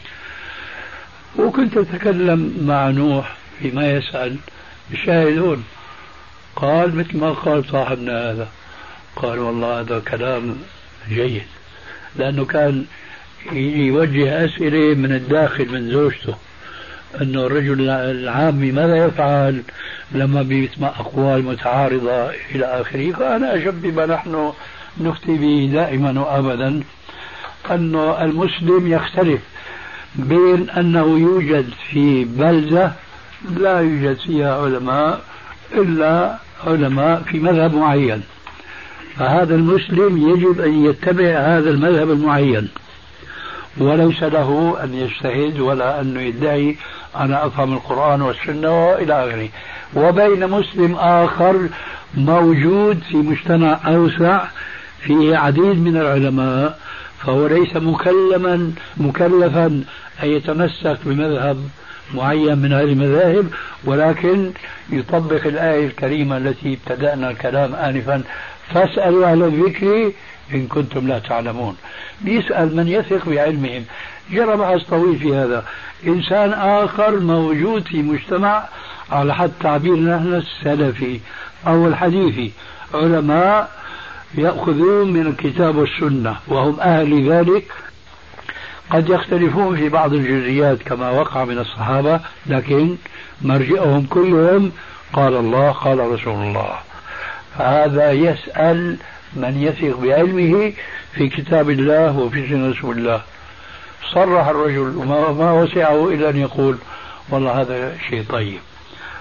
وكنت أتكلم مع نوح فيما يسأل الشاهدون، قال مثل ما قال صاحبنا هذا، قال والله هذا كلام جيد، لأنه كان يوجه أسئلة من الداخل من زوجته أنه الرجل العامي ماذا يفعل لما بيسمع أقوال متعارضة إلى آخره. فأنا أجب بما نحن نفتي به دائما وأبدا، أنه المسلم يختلف بين أنه يوجد في بلدة لا يوجد فيها علماء إلا علماء في مذهب معين، فهذا المسلم يجب أن يتبع هذا المذهب المعين وليس له أن يجتهد ولا أن يدعي أنا أفهم القرآن والسنة وإلى آخره. وبين مسلم آخر موجود في مجتمع أوسع فيه عديد من العلماء، فهو ليس مكلما مكلفا أن يتمسك بمذهب معين من هذه المذاهب، ولكن يطبق الآية الكريمة التي ابتدأنا الكلام آنفا، فاسألوا أهل الذكر إن كنتم لا تعلمون. بيسأل من يثق بعلمهم. جرى بحث طويل في هذا. إنسان آخر موجود في مجتمع على حد تعبيرنا نحن السلفي أو الحديثي، علماء يأخذون من الكتاب والسنة وهم أهل ذلك، قد يختلفون في بعض الجزئيات كما وقع من الصحابة، لكن مرجئهم كلهم قال الله قال رسول الله. فهذا يسأل من يثق بعلمه في كتاب الله وفي سنة رسول الله. صرح الرجل وما وسعه إلا أن يقول والله هذا شيء طيب.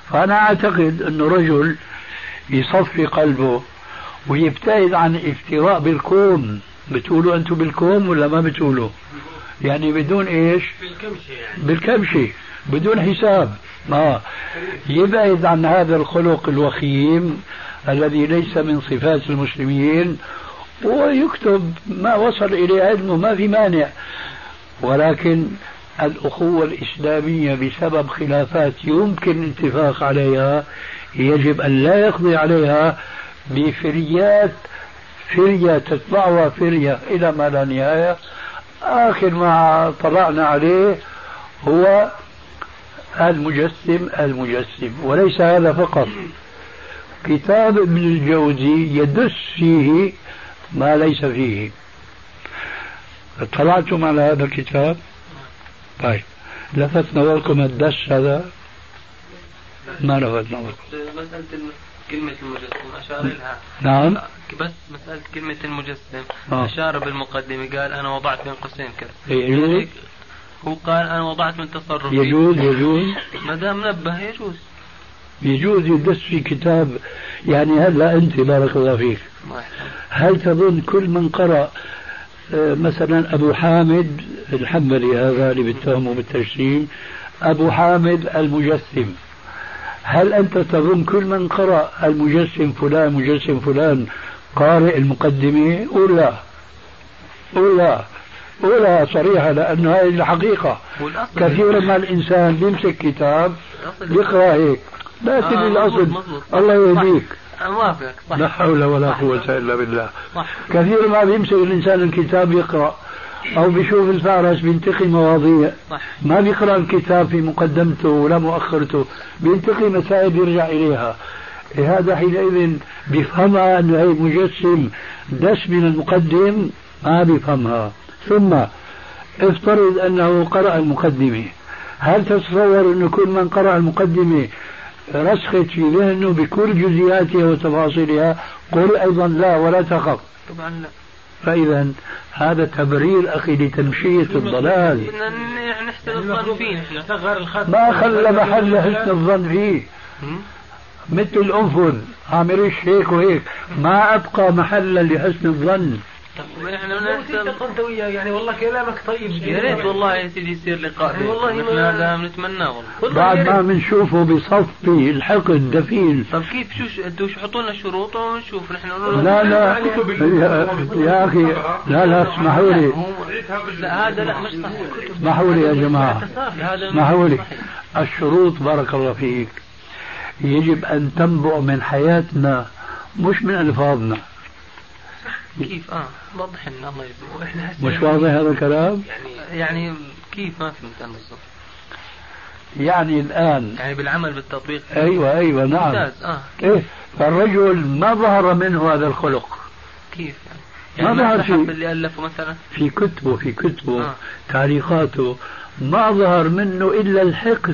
فأنا أعتقد أنه رجل يصفي قلبه ويبتعد عن افتراء بالكون. بتقولوا أنتم بالكون ولا ما بتقولوا؟ يعني بدون إيش؟ بالكمشة يعني. بالكمشة بدون حساب. ما يبعد عن هذا الخلق الوخيم الذي ليس من صفات المسلمين، ويكتب ما وصل إليه علمه، ما في مانع. ولكن الأخوة الإسلامية بسبب خلافات يمكن الاتفاق عليها يجب أن لا يقضي عليها بفريات، فرية تتبعها فرية إلى ما لا نهاية. آخر ما طلعنا عليه هو المجسم المجسم. وليس هذا فقط، كتاب ابن الجوزي يدس فيه ما ليس فيه. اطلعتم على هذا الكتاب؟ طيب، لفت نظركم الدس هذا؟ ما لفت نظركم؟ مسألة كلمة المجسم أشار لها. نعم. بس مسألة كلمة المجسم آه. أشار بالمقدمة، قال أنا وضعت بين قوسين كذا. يجوز؟ هو قال أنا وضعت من تصرفي. يجوز يجوز ما دام نبه يجوز يجوز يدس في كتاب. يعني هلا أنت بارك الله فيك، هل تظن كل من قرأ مثلا أبو حامد الحنبلي هذا اللي بيتهمه بالتجسيم، أبو حامد المجسم، هل أنت تظن كل من قرأ المجسم فلان مجسم فلان قارئ المقدمة؟ ولا ولا ولا صريحة، لأنه هذه الحقيقة. كثيرا ما الإنسان بيمسك كتاب يقرأ هيك، لا تدري الأصل. الله يهديك. لا حول ولا قوة إلا بالله. كثير ما بيمسك الإنسان الكتاب يقرأ، أو بيشوف الفارس بينتقي مواضيع، ما بيقرأ الكتاب في مقدمته ولا مؤخرته، بينتقي مسائل يرجع إليها. هذا حينئذ بيفهمها أنه هي مجسم دس من المقدم، ما بيفهمها. ثم افترض أنه قرأ المقدمة، هل تتصور أنه كل من قرأ المقدمة رسخت في ذهنه بكل جزئياتها وتفاصيلها؟ قل أيضا لا ولا تخف. طبعا لا. فإذا هذا تبرير أخي لتمشية الضلال. نحسن الظن فيه، ما خلى محل حسن الظن فيه. مثل الأنفذ عامريش هيك وهيك، ما أبقى محلا لحسن الظن. انت وياه يعني والله كلامك طيب. يا ريت والله يا سيدي يصير لقاء، والله هذا بنتمناه والله. بعد ما بنشوفه بصفي الحقد دفين. طب كيف شو انتوا شو حطوا لنا الشروط ونشوف نحن؟ لا لا يا, يا اخي لا لا اسمحوا لي. لا هذا لا مش صح. اسمحوا لي يا جماعه، اسمحوا لي. الشروط بارك الله فيك يجب ان تنبع من حياتنا مش من الفاظنا. كيف اه وضح لنا الله يجزيك. مش واضح هذا الكلام؟ يعني يعني كيف ما فهمت انا بالضبط. يعني الان يعني بالعمل بالتطبيق. ايوه ايوه نعم. ممتاز. اه ايه فالرجل ما ظهر منه هذا الخلق. كيف يعني؟ ما ظهر في اللي الفه مثلا في كتبه في كتبه آه. تعليقاته ما ظهر منه الا الحقد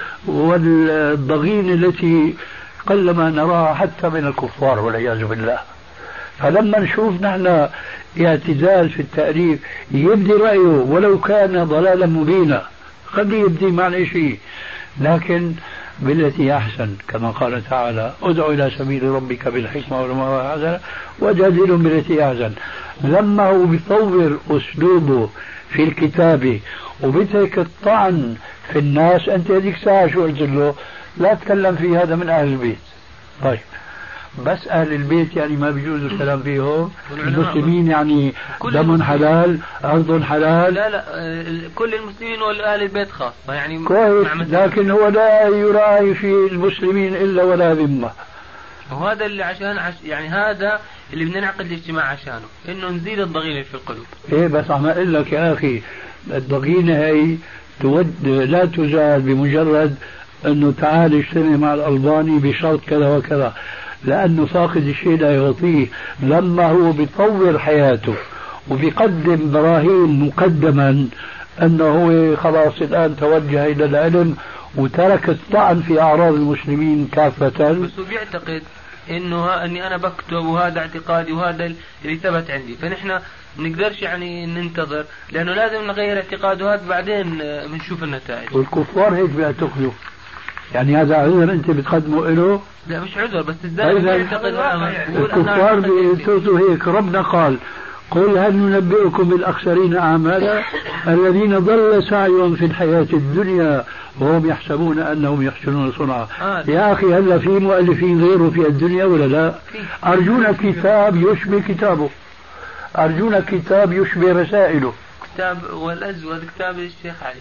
والضغين التي قلما نراها حتى من الكفار والعياذ بالله. فلما نشوف نحن اعتدال في التأليف يبدي رأيه ولو كان ضلالا مبينا، خليه يبدي معنى شيء، لكن بالتي أحسن كما قال تعالى ادعو إلى سبيل ربك بالحكمة والموعظة الحسنة وجادلهم بالتي أحسن. لما هو بيطور أسلوبه في الكتابة وبترك الطعن في الناس، أنت هذيك ساعة شو قلت له؟ لا تكلم في هذا من أهل البيت. طيب بس أهل البيت يعني ما بيجوز الكلام فيهم؟ المسلمين يعني دم حلال أرض حلال؟ لا لا كل المسلمين وأهل البيت خاصة يعني كويس، لكن هو لا يراعي في المسلمين إلا ولا ذمة. وهذا اللي عشان عش يعني هذا اللي بدنا نعقد الاجتماع عشانه، إنه نزيد الضغينة في القلوب. إيه بس عم أقول لك يا أخي الضغينة هي تود لا تزال بمجرد أنه تعال اجتمع مع الألباني بشرط كذا وكذا، لأنه فاقد الشيء لا يعطيه. لما هو بيطور حياته وبيقدم براهين مقدما أنه هو خلاص الآن توجه إلى العلم وترك الطعن في أعراض المسلمين كافة، بس هو بيعتقد إنه أني أنا بكتب وهذا اعتقادي وهذا اللي ثبت عندي، فنحن نقدرش يعني ننتظر، لأنه لازم نغير اعتقاده هذا بعدين بنشوف النتائج. والكفار هيك بيعتقدوا. يعني هذا عذر أنت بتقدمه له؟ لا مش عذر، بس الزائر يعتقد الكفار بيعتقدوا هيك. ربنا قال قل هل ننبئكم بالأخسرين أعمالا الذين ضل سعيهم في الحياة الدنيا وهم يحسبون أنهم يحسنون صنعا. آه. يا أخي هل في مؤلفين غيره في الدنيا ولا لا؟ أرجونا كتاب يشبه كتابه، أرجونا كتاب يشبه رسائله. كتاب والأزود كتاب الشيخ علي.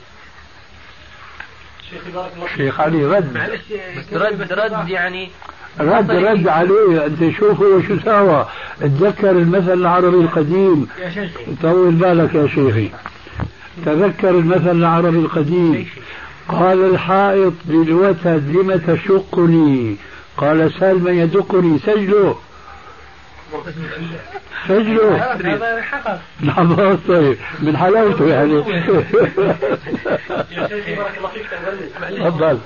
الشيخ علي رد، بس رد رد يعني رد رد عليه. أنت شوفوا وشو ساوى. تذكر المثل العربي القديم، طول بالك يا شيخي، تذكر المثل العربي القديم. قال الحائط للوتد لم تشقني؟ قال سال من يدقني. سجله سجله. نعم طيب من حلاوته يعني. يا شيخي بارك الله فيك. تفضل.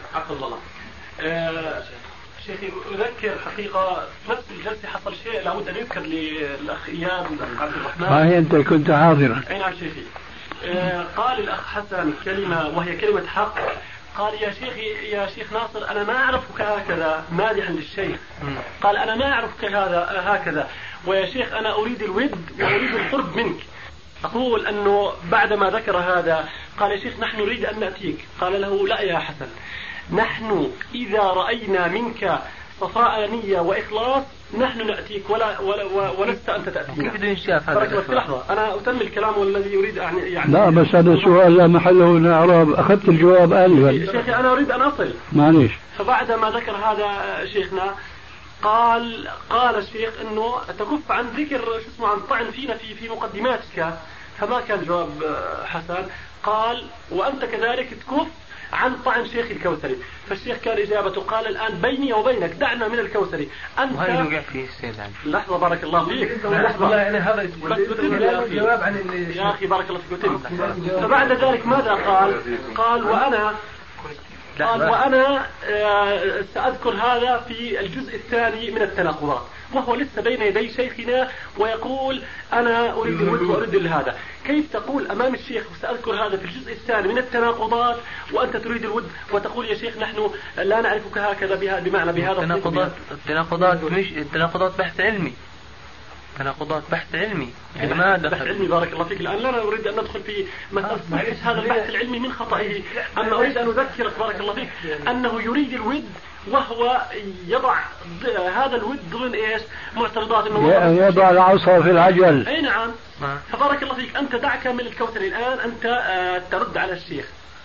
شيخي أذكر حقيقة نفس الجلسة حصل شيء لابد أن يذكر للأخ إياد الأخ عبد الرحمن. ما هي أنت كنت حاضرا. أي نعم شيخي. آه قال الأخ حسن كلمة وهي كلمة حق. قال يا شيخي يا شيخ ناصر أنا ما أعرفك هكذا، مادحا للشيخ. قال أنا ما أعرفك هذا هكذا، ويا شيخ أنا أريد الود وأريد القرب منك. أقول أنه بعدما ذكر هذا قال يا شيخ نحن نريد أن نأتيك. قال له لا يا حسن، نحن إذا رأينا منك صفاء نية وإخلاص نحن نأتيك ولا ولا ولست أنت تأتينا. كيف ينشاف هذا؟ لحظة أنا أتم الكلام والذي يريد يعني. لا بس هذا سؤال لا محله من الإعراب، أخذت الجواب آنفا. شيخي أنا أريد أن أصل. معليش. فبعد ما ذكر هذا شيخنا قال قال الشيخ إنه تكف عن ذكر شو اسمه عن طعن فينا في في مقدماتك. فما كان جواب حسن. قال وأنت كذلك تكف عن طعن شيخ الكوثري. فالشيخ كان إجابته قال الآن بيني وبينك دعنا من الكوثري أنت. وهي وقع فيه السيد علي. لحظة بارك الله فيك. لحظة يعني هذا الجواب عن يا أخي بارك الله فيك. فبعد ذلك ماذا قال؟ قال وأنا قال وأنا سأذكر هذا في الجزء الثاني من التناقضات، وهو لسه بين يدي شيخنا ويقول أنا أريد الود وأريد هذا. كيف تقول أمام الشيخ سأذكر هذا في الجزء الثاني من التناقضات وأنت تريد الود وتقول يا شيخ نحن لا نعرفك هكذا بها بمعنى بهذا. التناقضات التناقضات مش التناقضات بحث علمي، تناقضات بحث علمي. يعني ما بحث علمي بارك الله فيك. الآن لا نريد أن ندخل في مسألة هذا البحث العلمي من خطئه. أما أريد أن أذكرك بارك الله فيك أنه يريد الود وهو يضع هذا الود ضمن ايش؟ معترضات انه يضع العصا في العجل. اي نعم. فبارك الله فيك انت دعك من الكوثري الان انت آه ترد على الشيخ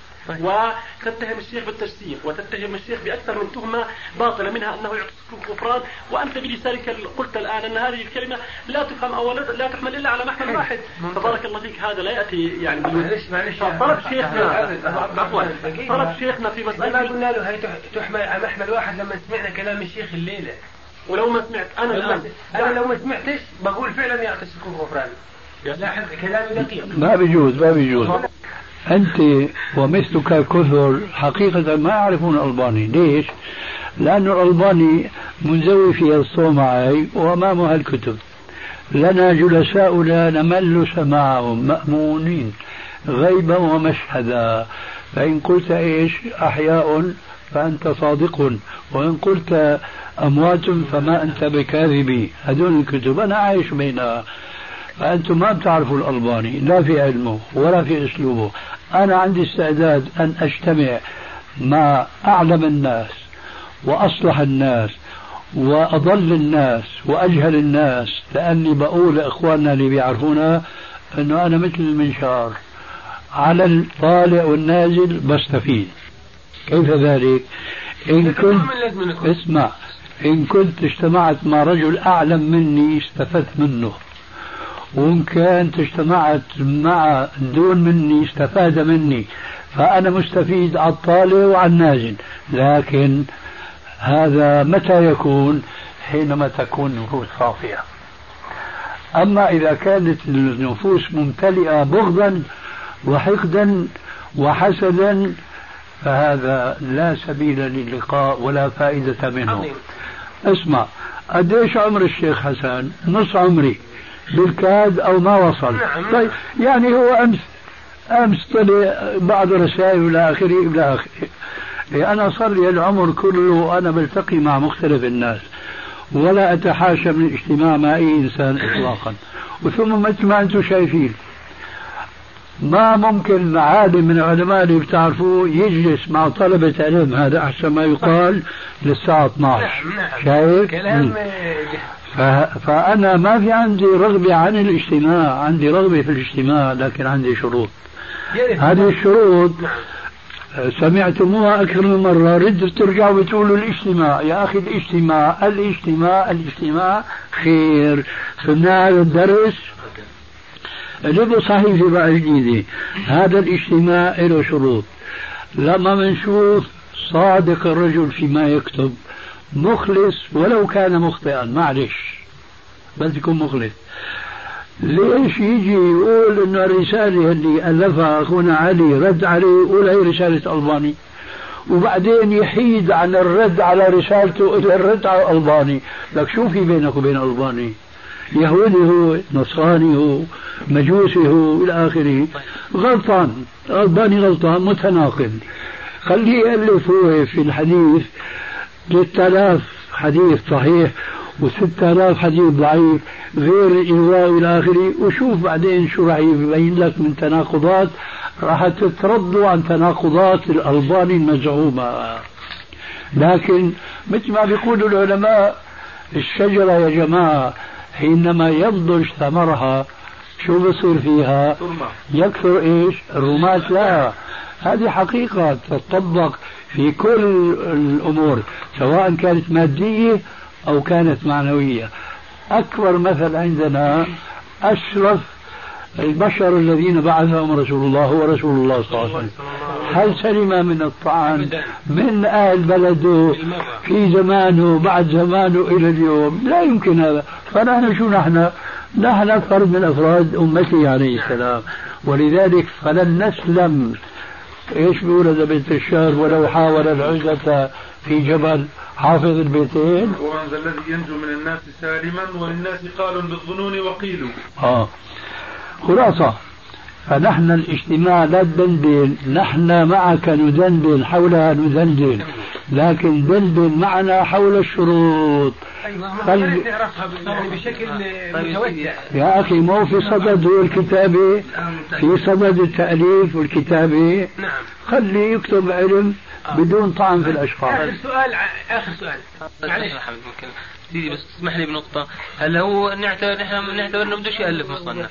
وتتهم الشيخ بالتجسيم وتتهم الشيخ باكثر من تهمه باطله منها انه يعطيك الغفران، وانت بلسانك قلت الان ان هذه الكلمه لا تفهم او لا تحمل الا على محمل واحد. فبارك الله فيك هذا لا ياتي يعني معلش معلش طلب شيخنا عفوا طلب شيخنا في مساله ما قلنا له هي تحمل على محمل واحد لما سمعنا كلام الشيخ الليله. ولو ما سمعت انا الان انا لو ما سمعتش بقول فعلا يعطيك الغفران. لاحظ كلامي دقيق. ما بيجوز ما بيجوز. أنت ومثلك كثر حقيقة ما يعرفون الألباني. ليش؟ لأن الألباني منزوي في الصومعي وأمامها الكتب. لنا جلساؤنا نمل سماعهم مأمونين غيبا ومشهدا، فإن قلت إيش أحياء فأنت صادق، وإن قلت أموات فما أنت بكاذب. هذول الكتب أنا عايش بينها. فأنتم ما بتعرفوا الألباني لا في علمه ولا في أسلوبه. أنا عندي استعداد أن أجتمع مع أعلم الناس وأصلح الناس وأضل الناس وأجهل الناس، لأني بقول لإخواننا اللي بيعرفونا أنه أنا مثل المنشار على الطالع والنازل بستفيد. كيف ذلك؟ إن كنت اسمع إن كنت اجتمعت مع رجل أعلم مني استفدت منه، وإن كانت اجتمعت مع دون مني استفاد مني، فأنا مستفيد على الطالع وعلى النازل. لكن هذا متى يكون؟ حينما تكون النفوس صافية. أما إذا كانت النفوس ممتلئة بغضا وحقدا وحسدا فهذا لا سبيل للقاء ولا فائدة منه. اسمع، قديش عمر الشيخ حسن؟ نص عمري بالكاد أو ما وصل. طيب يعني هو أمس أمس طلع بعض رسائل إلى آخره إلى آخره. أنا صار لي العمر كله وأنا بلتقي مع مختلف الناس ولا أتحاشى من الاجتماع مع أي إنسان إطلاقا. وثم مثل ما أنتم شايفين ما ممكن عالم من العلماء اللي بتعرفوه يجلس مع طلبة علم، هذا أحسن ما يقال، للساعة اثني عشر. شايف؟ كلام. فأنا ما في عندي رغبة عن الاجتماع، عندي رغبة في الاجتماع لكن عندي شروط. هذه الشروط سمعتموها أكثر من مرة، ردوا ترجعوا بتقولوا الاجتماع. يا أخي الاجتماع الاجتماع الاجتماع خير. سمعنا هذا الدرس جبوا صحيفة بقى جديدة. هذا الاجتماع له شروط. لما منشوف صادق الرجل فيما يكتب، مخلص ولو كان مخطئا، معلش بس يكون مخلص. ليش يجي يقول انه الرسالة اللي ألفها أخونا علي رد عليه يقول هي رسالة ألباني، وبعدين يحيد عن الرد على رسالته إلى الرد على ألباني؟ لك شو في بينك وبين ألباني؟ يهودي هو، نصراني هو، مجوسي هو إلى آخره. غلطان، ألباني غلطان، متناقض. خليه يألف هو في الحديث ستة آلاف حديث صحيح وستة آلاف حديث ضعيف غير الإلغاء إلى آخره، وشوف بعدين شو راح يبين لك من تناقضات، راح تتردوا عن تناقضات الألباني المزعومة. لكن مثل ما بيقولوا العلماء، الشجرة يا جماعة حينما ينضج ثمرها شو بصير فيها؟ يكثر ايش؟ الرمات. لا، هذه حقيقة تطبق في كل الأمور سواء كانت مادية أو كانت معنوية. أكبر مثل عندنا أشرف البشر الذين بعثهم رسول الله هو رسول الله صلى الله عليه وسلم. هل سلم من الطعن من أهل بلده في زمانه بعد زمانه إلى اليوم؟ لا يمكن هذا. فنحن شو نحن؟ نحن فرد من أفراد أمته عليه السلام، ولذلك فلن نسلم. ايش بيقول هذا بيت الشعر؟ ولو حاول العزة في جبل، حافظ البيتين. ومن ذا الذي ينجو من الناس سالما وللناس قال بالظنون وقيل. اه خلاصة، فنحن الاجتماع لا تدندن، نحن معك ندندن حولها ندندن، لكن دندن معنا حول الشروط. خل... يعني بشكل متوسع يا أخي، مو في صدد هو الكتابة، في صدد التأليف والكتابة. نعم. خلي يكتب علم بدون طعن في الأشخاص. آخر سؤال آخر سؤال معلش ممكن سيدي بس اسمح لي بنقطة. هل هو نعتبر نحن نعتبر انه بدوش يألف مصنف؟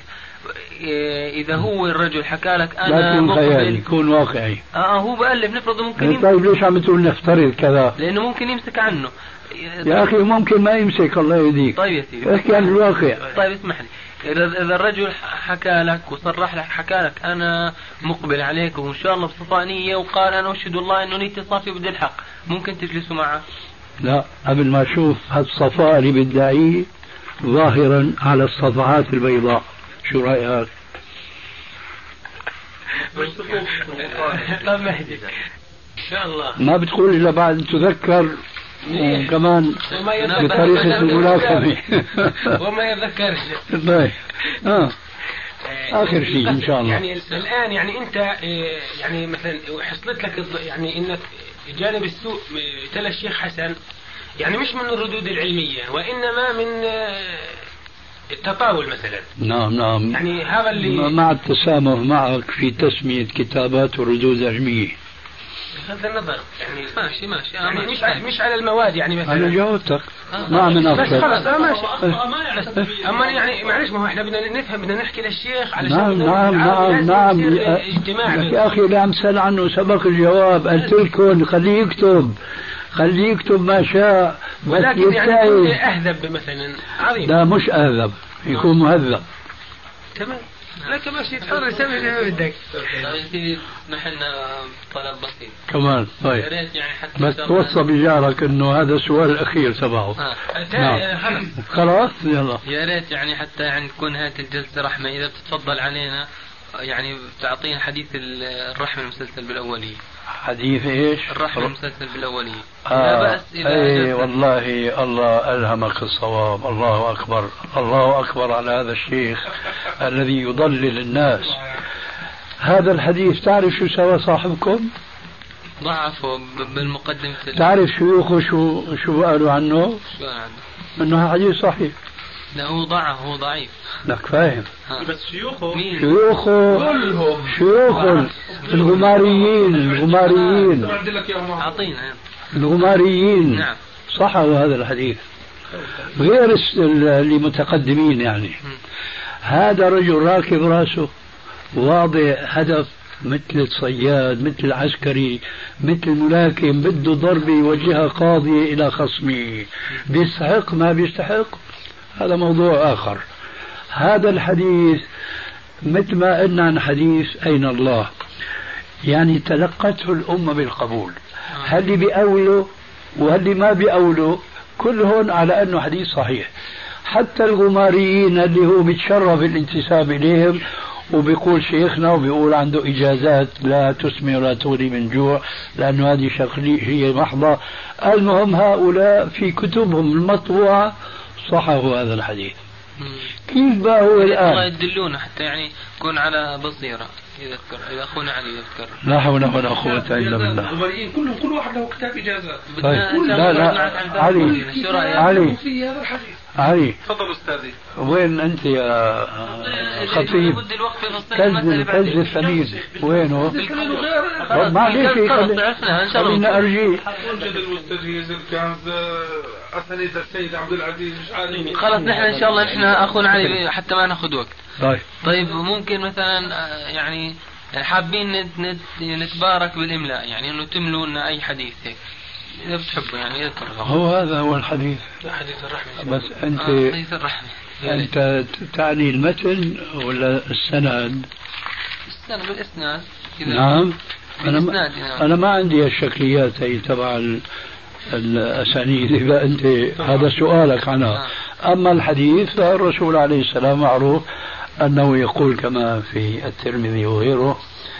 إذا هو الرجل حكى لك أنا مقبل، يكون واقعي. آه هو بألف، نفرض ممكن يمسك. طيب ليش عم تقول نفترض كذا؟ لأنه ممكن يمسك عنه. يا أخي ممكن ما يمسك، الله يهديك. طيب يا سيدي احكي عن الواقع. طيب اسمح لي، إذا إذا الرجل حكى لك وصرح لك، حكى لك أنا مقبل عليك وإن شاء الله بصفاء نية، وقال أنا أشهد الله إنه نيتي صافية وبدي الحق، ممكن تجلسوا معه؟ لا، قبل ما أشوف هالصفاء اللي بدعيه ظاهرا على الصفحات البيضاء، شو رأيك؟ طب مهدي إن شاء الله ما بتقول إلا بعد تذكر وكمان بطريقة الملاكمة. وما يتذكرش. طيب اه آخر شيء إن شاء الله. يعني الآن يعني أنت يعني مثلا حصلت لك يعني إنك جانب السوء تلا الشيخ حسن، يعني مش من الردود العلمية وإنما من التطاول مثلا. نعم نعم. يعني هذا اللي مع التسامح معك في تسمية كتابات وردود علمية. بغض النظر يعني ماشي ماشي يعني مش مش على المواد يعني مثلا. أنا جاوبتك ما من أفضل. بس خلاص أنا ماشي. أما يعني معلش، ما هو إحنا بدنا نفهم، بدنا نحكي للشيخ على نعم نعم نعم نعم. اجتماع يا أخي اللي عم سأل عنه سبق الجواب، قلت لكم خليه يكتب، خليه يكتب ما شاء، ولكن يعني أهذب مثلا عظيم. لا مش أهذب، يكون مهذب. تمام. لك ماشي تحر سوي زي ما بدك. نحن طلب بسيط كمان. طيب يعني بس توصى بجارك انه هذا السؤال الاخير تبعه. آه. نعم. خلاص يلا. يا ريت يعني حتى يعني تكون هذه الجلسه رحمه، اذا بتتفضل علينا يعني تعطينا حديث الرحمه المسلسل بالاوليه. حديث ايش؟ الرحمه المسلسل بالاوليه. آه. لا بأس. اي والله الله الهمك الصواب. الله اكبر، الله اكبر على هذا الشيخ الذي يضلل الناس. هذا الحديث تعرف شو سوى صاحبكم؟ ضعفوا بالمقدمة. تعرف شيوخه شو شو قالوا عنه؟ شو قالوا عنه؟ انه حديث صحيح. لا هو ضعف، هو ضعيف. لك فاهم. بس شيوخه مين؟ شيوخه كلهم شيوخه الغماريين الغماريين أعطينا الغماريين. نعم. صحوا هذا الحديث غير اللي متقدمين يعني. هذا رجل راكب راسه واضع هدف مثل الصياد، مثل العسكري، مثل الملاكم، بده ضربة يوجهها قاضي إلى خصمه، بيستحق ما بيستحق هذا موضوع آخر. هذا الحديث مثل ما قلنا عن حديث أين الله، يعني تلقته الأمة بالقبول. هل اللي بيأولوا واللي ما بيأولوا كلهم على أنه حديث صحيح. حتى الغماريين اللي هو بيتشرف الانتساب إليهم وبيقول شيخنا وبيقول عنده إجازات لا تسمي ولا تغني من جوع لأنه هذه شرقية محضة. المهم هؤلاء في كتبهم المطبوعة صححوا هذا الحديث. كيف بقى هو الآن؟ الله يدلونا حتى يعني يكون على بصيرة. يذكر إذا أخونا علي يذكر. لا حول ولا قوة إلا بالله. الغماريين كلهم كل واحد له كتاب إجازات. طيب. لا لا علي علي علي تفضل أستاذي. وين أنت يا خطيب؟ كذب كذب ثمين. وينه؟ ما عليك خلينا أرجيه. موجود المستجيز الكنز أسانيد السيد عبد العزيز مش عارف. خلاص نحن إن شاء الله نحن أخونا علي حتى ما نأخذ وقت. طيب. طيب ممكن مثلا يعني حابين نت نت نتبارك بالإملاء، يعني إنه تملوا لنا أي حديث هيك إذا بتحبوا يعني اذكر. هو هذا هو الحديث. حديث الرحمة. بس أنت آه حديث الرحمة. أنت تعني المتن ولا السند؟ السند بالإسناد. نعم. أنا ما نعم. أنا ما عندي الشكليات هي تبع الأسانيد. إذا أنت هذا سؤالك عنها. أما الحديث فالرسول عليه السلام معروف أنه يقول كما في الترمذي وغيره: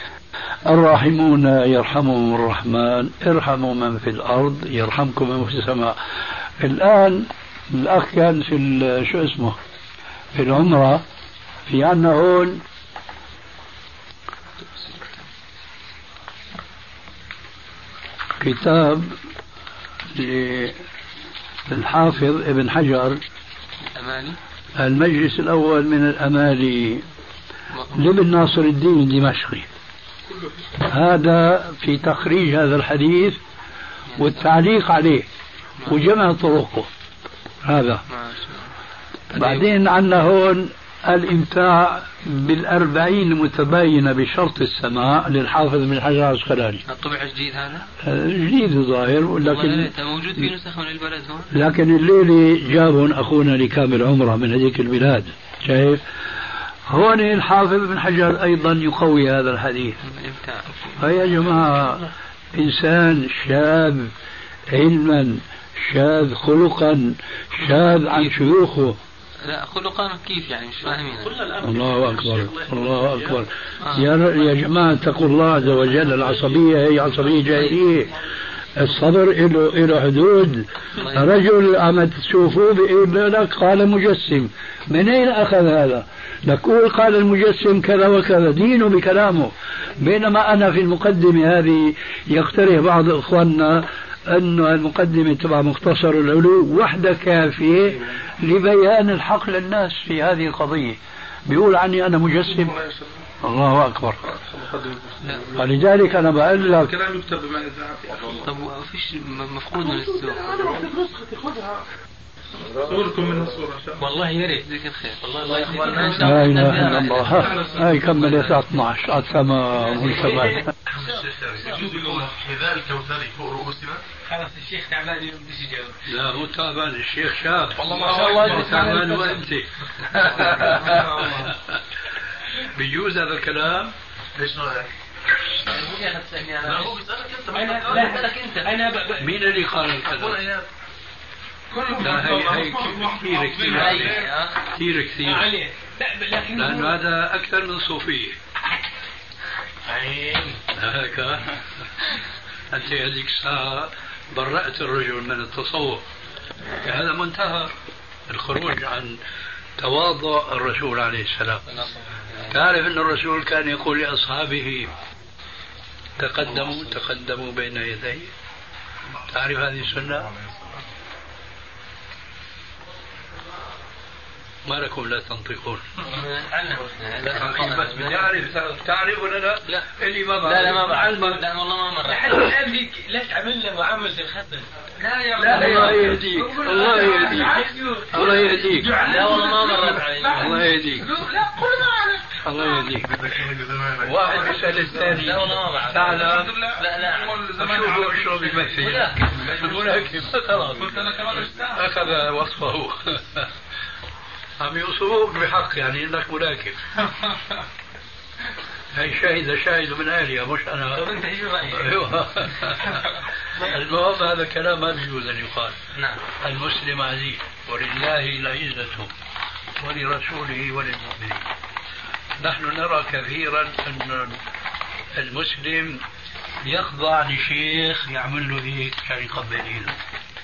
الراحمون يرحمهم الرحمن ارحموا من في الأرض يرحمكم من في السماء. الآن الأخ كان في شو اسمه في العمرة، في عنا هون كتاب للحافظ ابن حجر أمالي. المجلس الأول من الأمالي لابن ناصر الدين الدمشقي. هذا في تخريج هذا الحديث والتعليق عليه وجمع طرقه. هذا بعدين عندنا هون الإمتاع بالأربعين المتباينة بشرط السماع للحافظ بن حجر العسقلاني. الطبع جديد هذا؟ جديد الظاهر، ولكن موجود في نسخ من البلد هون. لكن الليلة جابهم أخونا لكامل عمره من هذيك البلاد. شايف هون الحافظ بن حجر أيضا يقوي هذا الحديث. فيا جماعة إنسان شاذ علما شاذ خلقا شاذ عن شيوخه. لا خلقا كيف يعني مش فاهمين. الله أكبر الله أكبر. آه. يا يا جماعة اتقوا الله عز وجل. العصبية هي عصبية جاهلية. الصبر له له حدود. رجل عم تشوفوه بيقول لك قال مجسم. من أين أخذ هذا؟ نقول قال المجسم كذا وكذا دينه بكلامه. بينما أنا في المقدمة هذه يقترح بعض إخواننا أن المقدمة تبع مختصر العلو وحدة كافية لبيان الحق للناس في هذه القضية. بيقول عني أنا مجسم. الله أكبر. ولذلك أنا بقول لك كلام يكتب بما يذهب. طب فيش مفقود من السوق. صوركم من الصورة والله يا ريت ذيك الخير. والله يخبرنا إن شاء الله. لا إله إلا الله. هاي كمل الساعة اثنعش على السماء والسماء. يجوز لهم حذاء الكوثري فوق رؤوسنا. خلاص الشيخ تعبان اليوم بديش يجاوب. لا مو تعبان الشيخ شاب. والله ما شاء الله تعبان وأنت. بيجوز هذا الكلام؟ ايش رايك؟ لا هو بيسألك انت. لا بسألك انت. انا مين اللي قال الكلام؟ لا هي هي كثير كثير كثير كثير. لأنه هذا أكثر من صوفية. هيك أنت هذيك الساعة برأت الرجل من التصوف. هذا منتهى الخروج عن تواضع الرسول عليه السلام. تعرف أن الرسول كان يقول لأصحابه تقدموا تقدموا بين يديه. تعرف هذه السنة؟ ما لكم لا تنطقون؟ بس بدي أعرف تعرف ولا لا؟ لا اللي ما بعرف. لا لا ما بعرف. لا والله ما مر. لحد الآن ليك ليش عملنا معاملة الختم؟ لا يا الله يهديك الله يهديك الله يهديك. لا والله ما مرت علي. الله يهديك الله يهديك. واحد يسأل الثاني. لا والله ما بعرف. تعلم؟ لا لا. شو شو بيمثل؟ ملاكم خلاص. أخذ وصفه. عم يوصفوك بحق يعني انك ملاكم. هي شاهد شاهد من اهلها مش انا. طب انت ايش رايك؟ ايوه. المهم هذا كلام ما بيجوز ان يقال. نعم. المسلم عزيز ولله العزة ولرسوله وللمؤمنين. نحن نرى كثيرا ان المسلم يخضع لشيخ يعمل له هيك يعني يقبل ايده.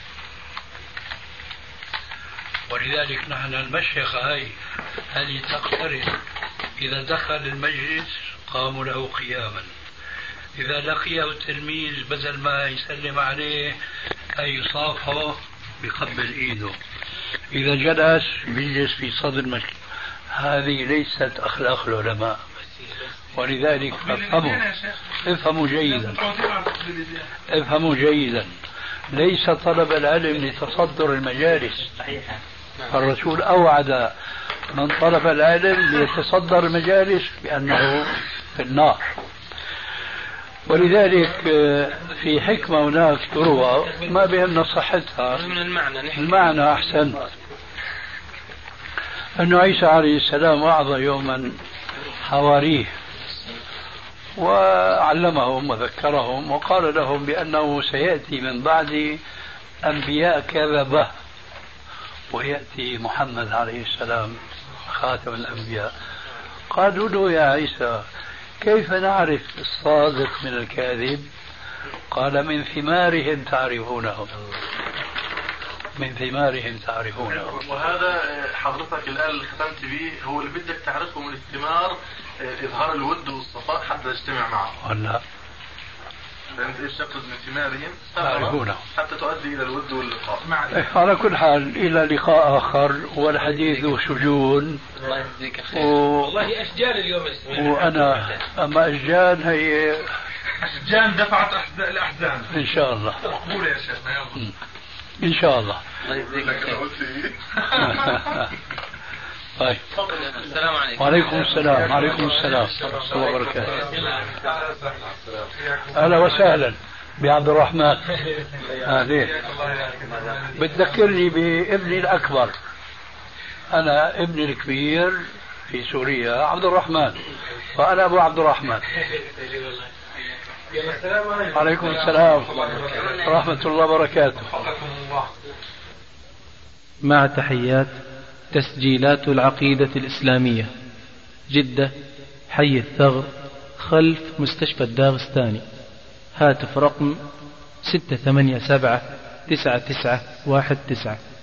ولذلك نحن المشيخة هاي هذه تقترن إذا دخل المجلس قاموا له قياما، إذا لقيه التلميذ بدل ما يسلم عليه أي يصافحه بقبل إيده، إذا جلس بيجلس في صدر المجلس. هذه ليست أخلاق العلماء. ولذلك افهموا افهموا جيدا افهموا جيدا ليس طلب العلم لتصدر المجالس. الرسول أوعد من طلب العلم ليتصدر المجالس بأنه في النار. ولذلك في حكمة هناك تروى ما بهمنا صحتها من المعنى المعنى أحسن. أن عيسى عليه السلام وعظ يوما حواريه وعلمهم وذكرهم وقال لهم بأنه سيأتي من بعد أنبياء كذبة ويأتي محمد عليه السلام خاتم الأنبياء. قالوا له يا عيسى كيف نعرف الصادق من الكاذب؟ قال من ثمارهم تعرفونهم من ثمارهم تعرفونهم. وهذا حضرتك الآن اللي ختمت به هو اللي بدك تعرفه من الثمار، إظهار الود والصفاء حتى تجتمع معه. ولا فأنت إيش تقصد من ثمارهم؟ تعرفونه حتى تؤدي إلى الود واللقاء. على كل حال إلى لقاء آخر والحديث سجون. الله يجزيك خير. و... والله أشجان اليوم اسمه. وأنا أما أشجان هي أشجان دفعت الأحزان إن شاء الله. مقبولة يا شيخنا يلا. إن شاء الله. الله يجزيك خير. طيب. السلام عليكم. وعليكم السلام. وعليكم السلام ورحمة الله وبركاته. أهلا وسهلا بعبد الرحمن. أهلين. بتذكرني بابني الأكبر. أنا ابني الكبير في سوريا عبد الرحمن وأنا أبو عبد الرحمن. عليكم السلام ورحمة الله وبركاته. مع تحيات تسجيلات العقيدة الإسلامية، جدة، حي الثغر، خلف مستشفى الداغستاني. هاتف رقم ستة ثمانية سبعة تسعة تسعة واحد تسعة.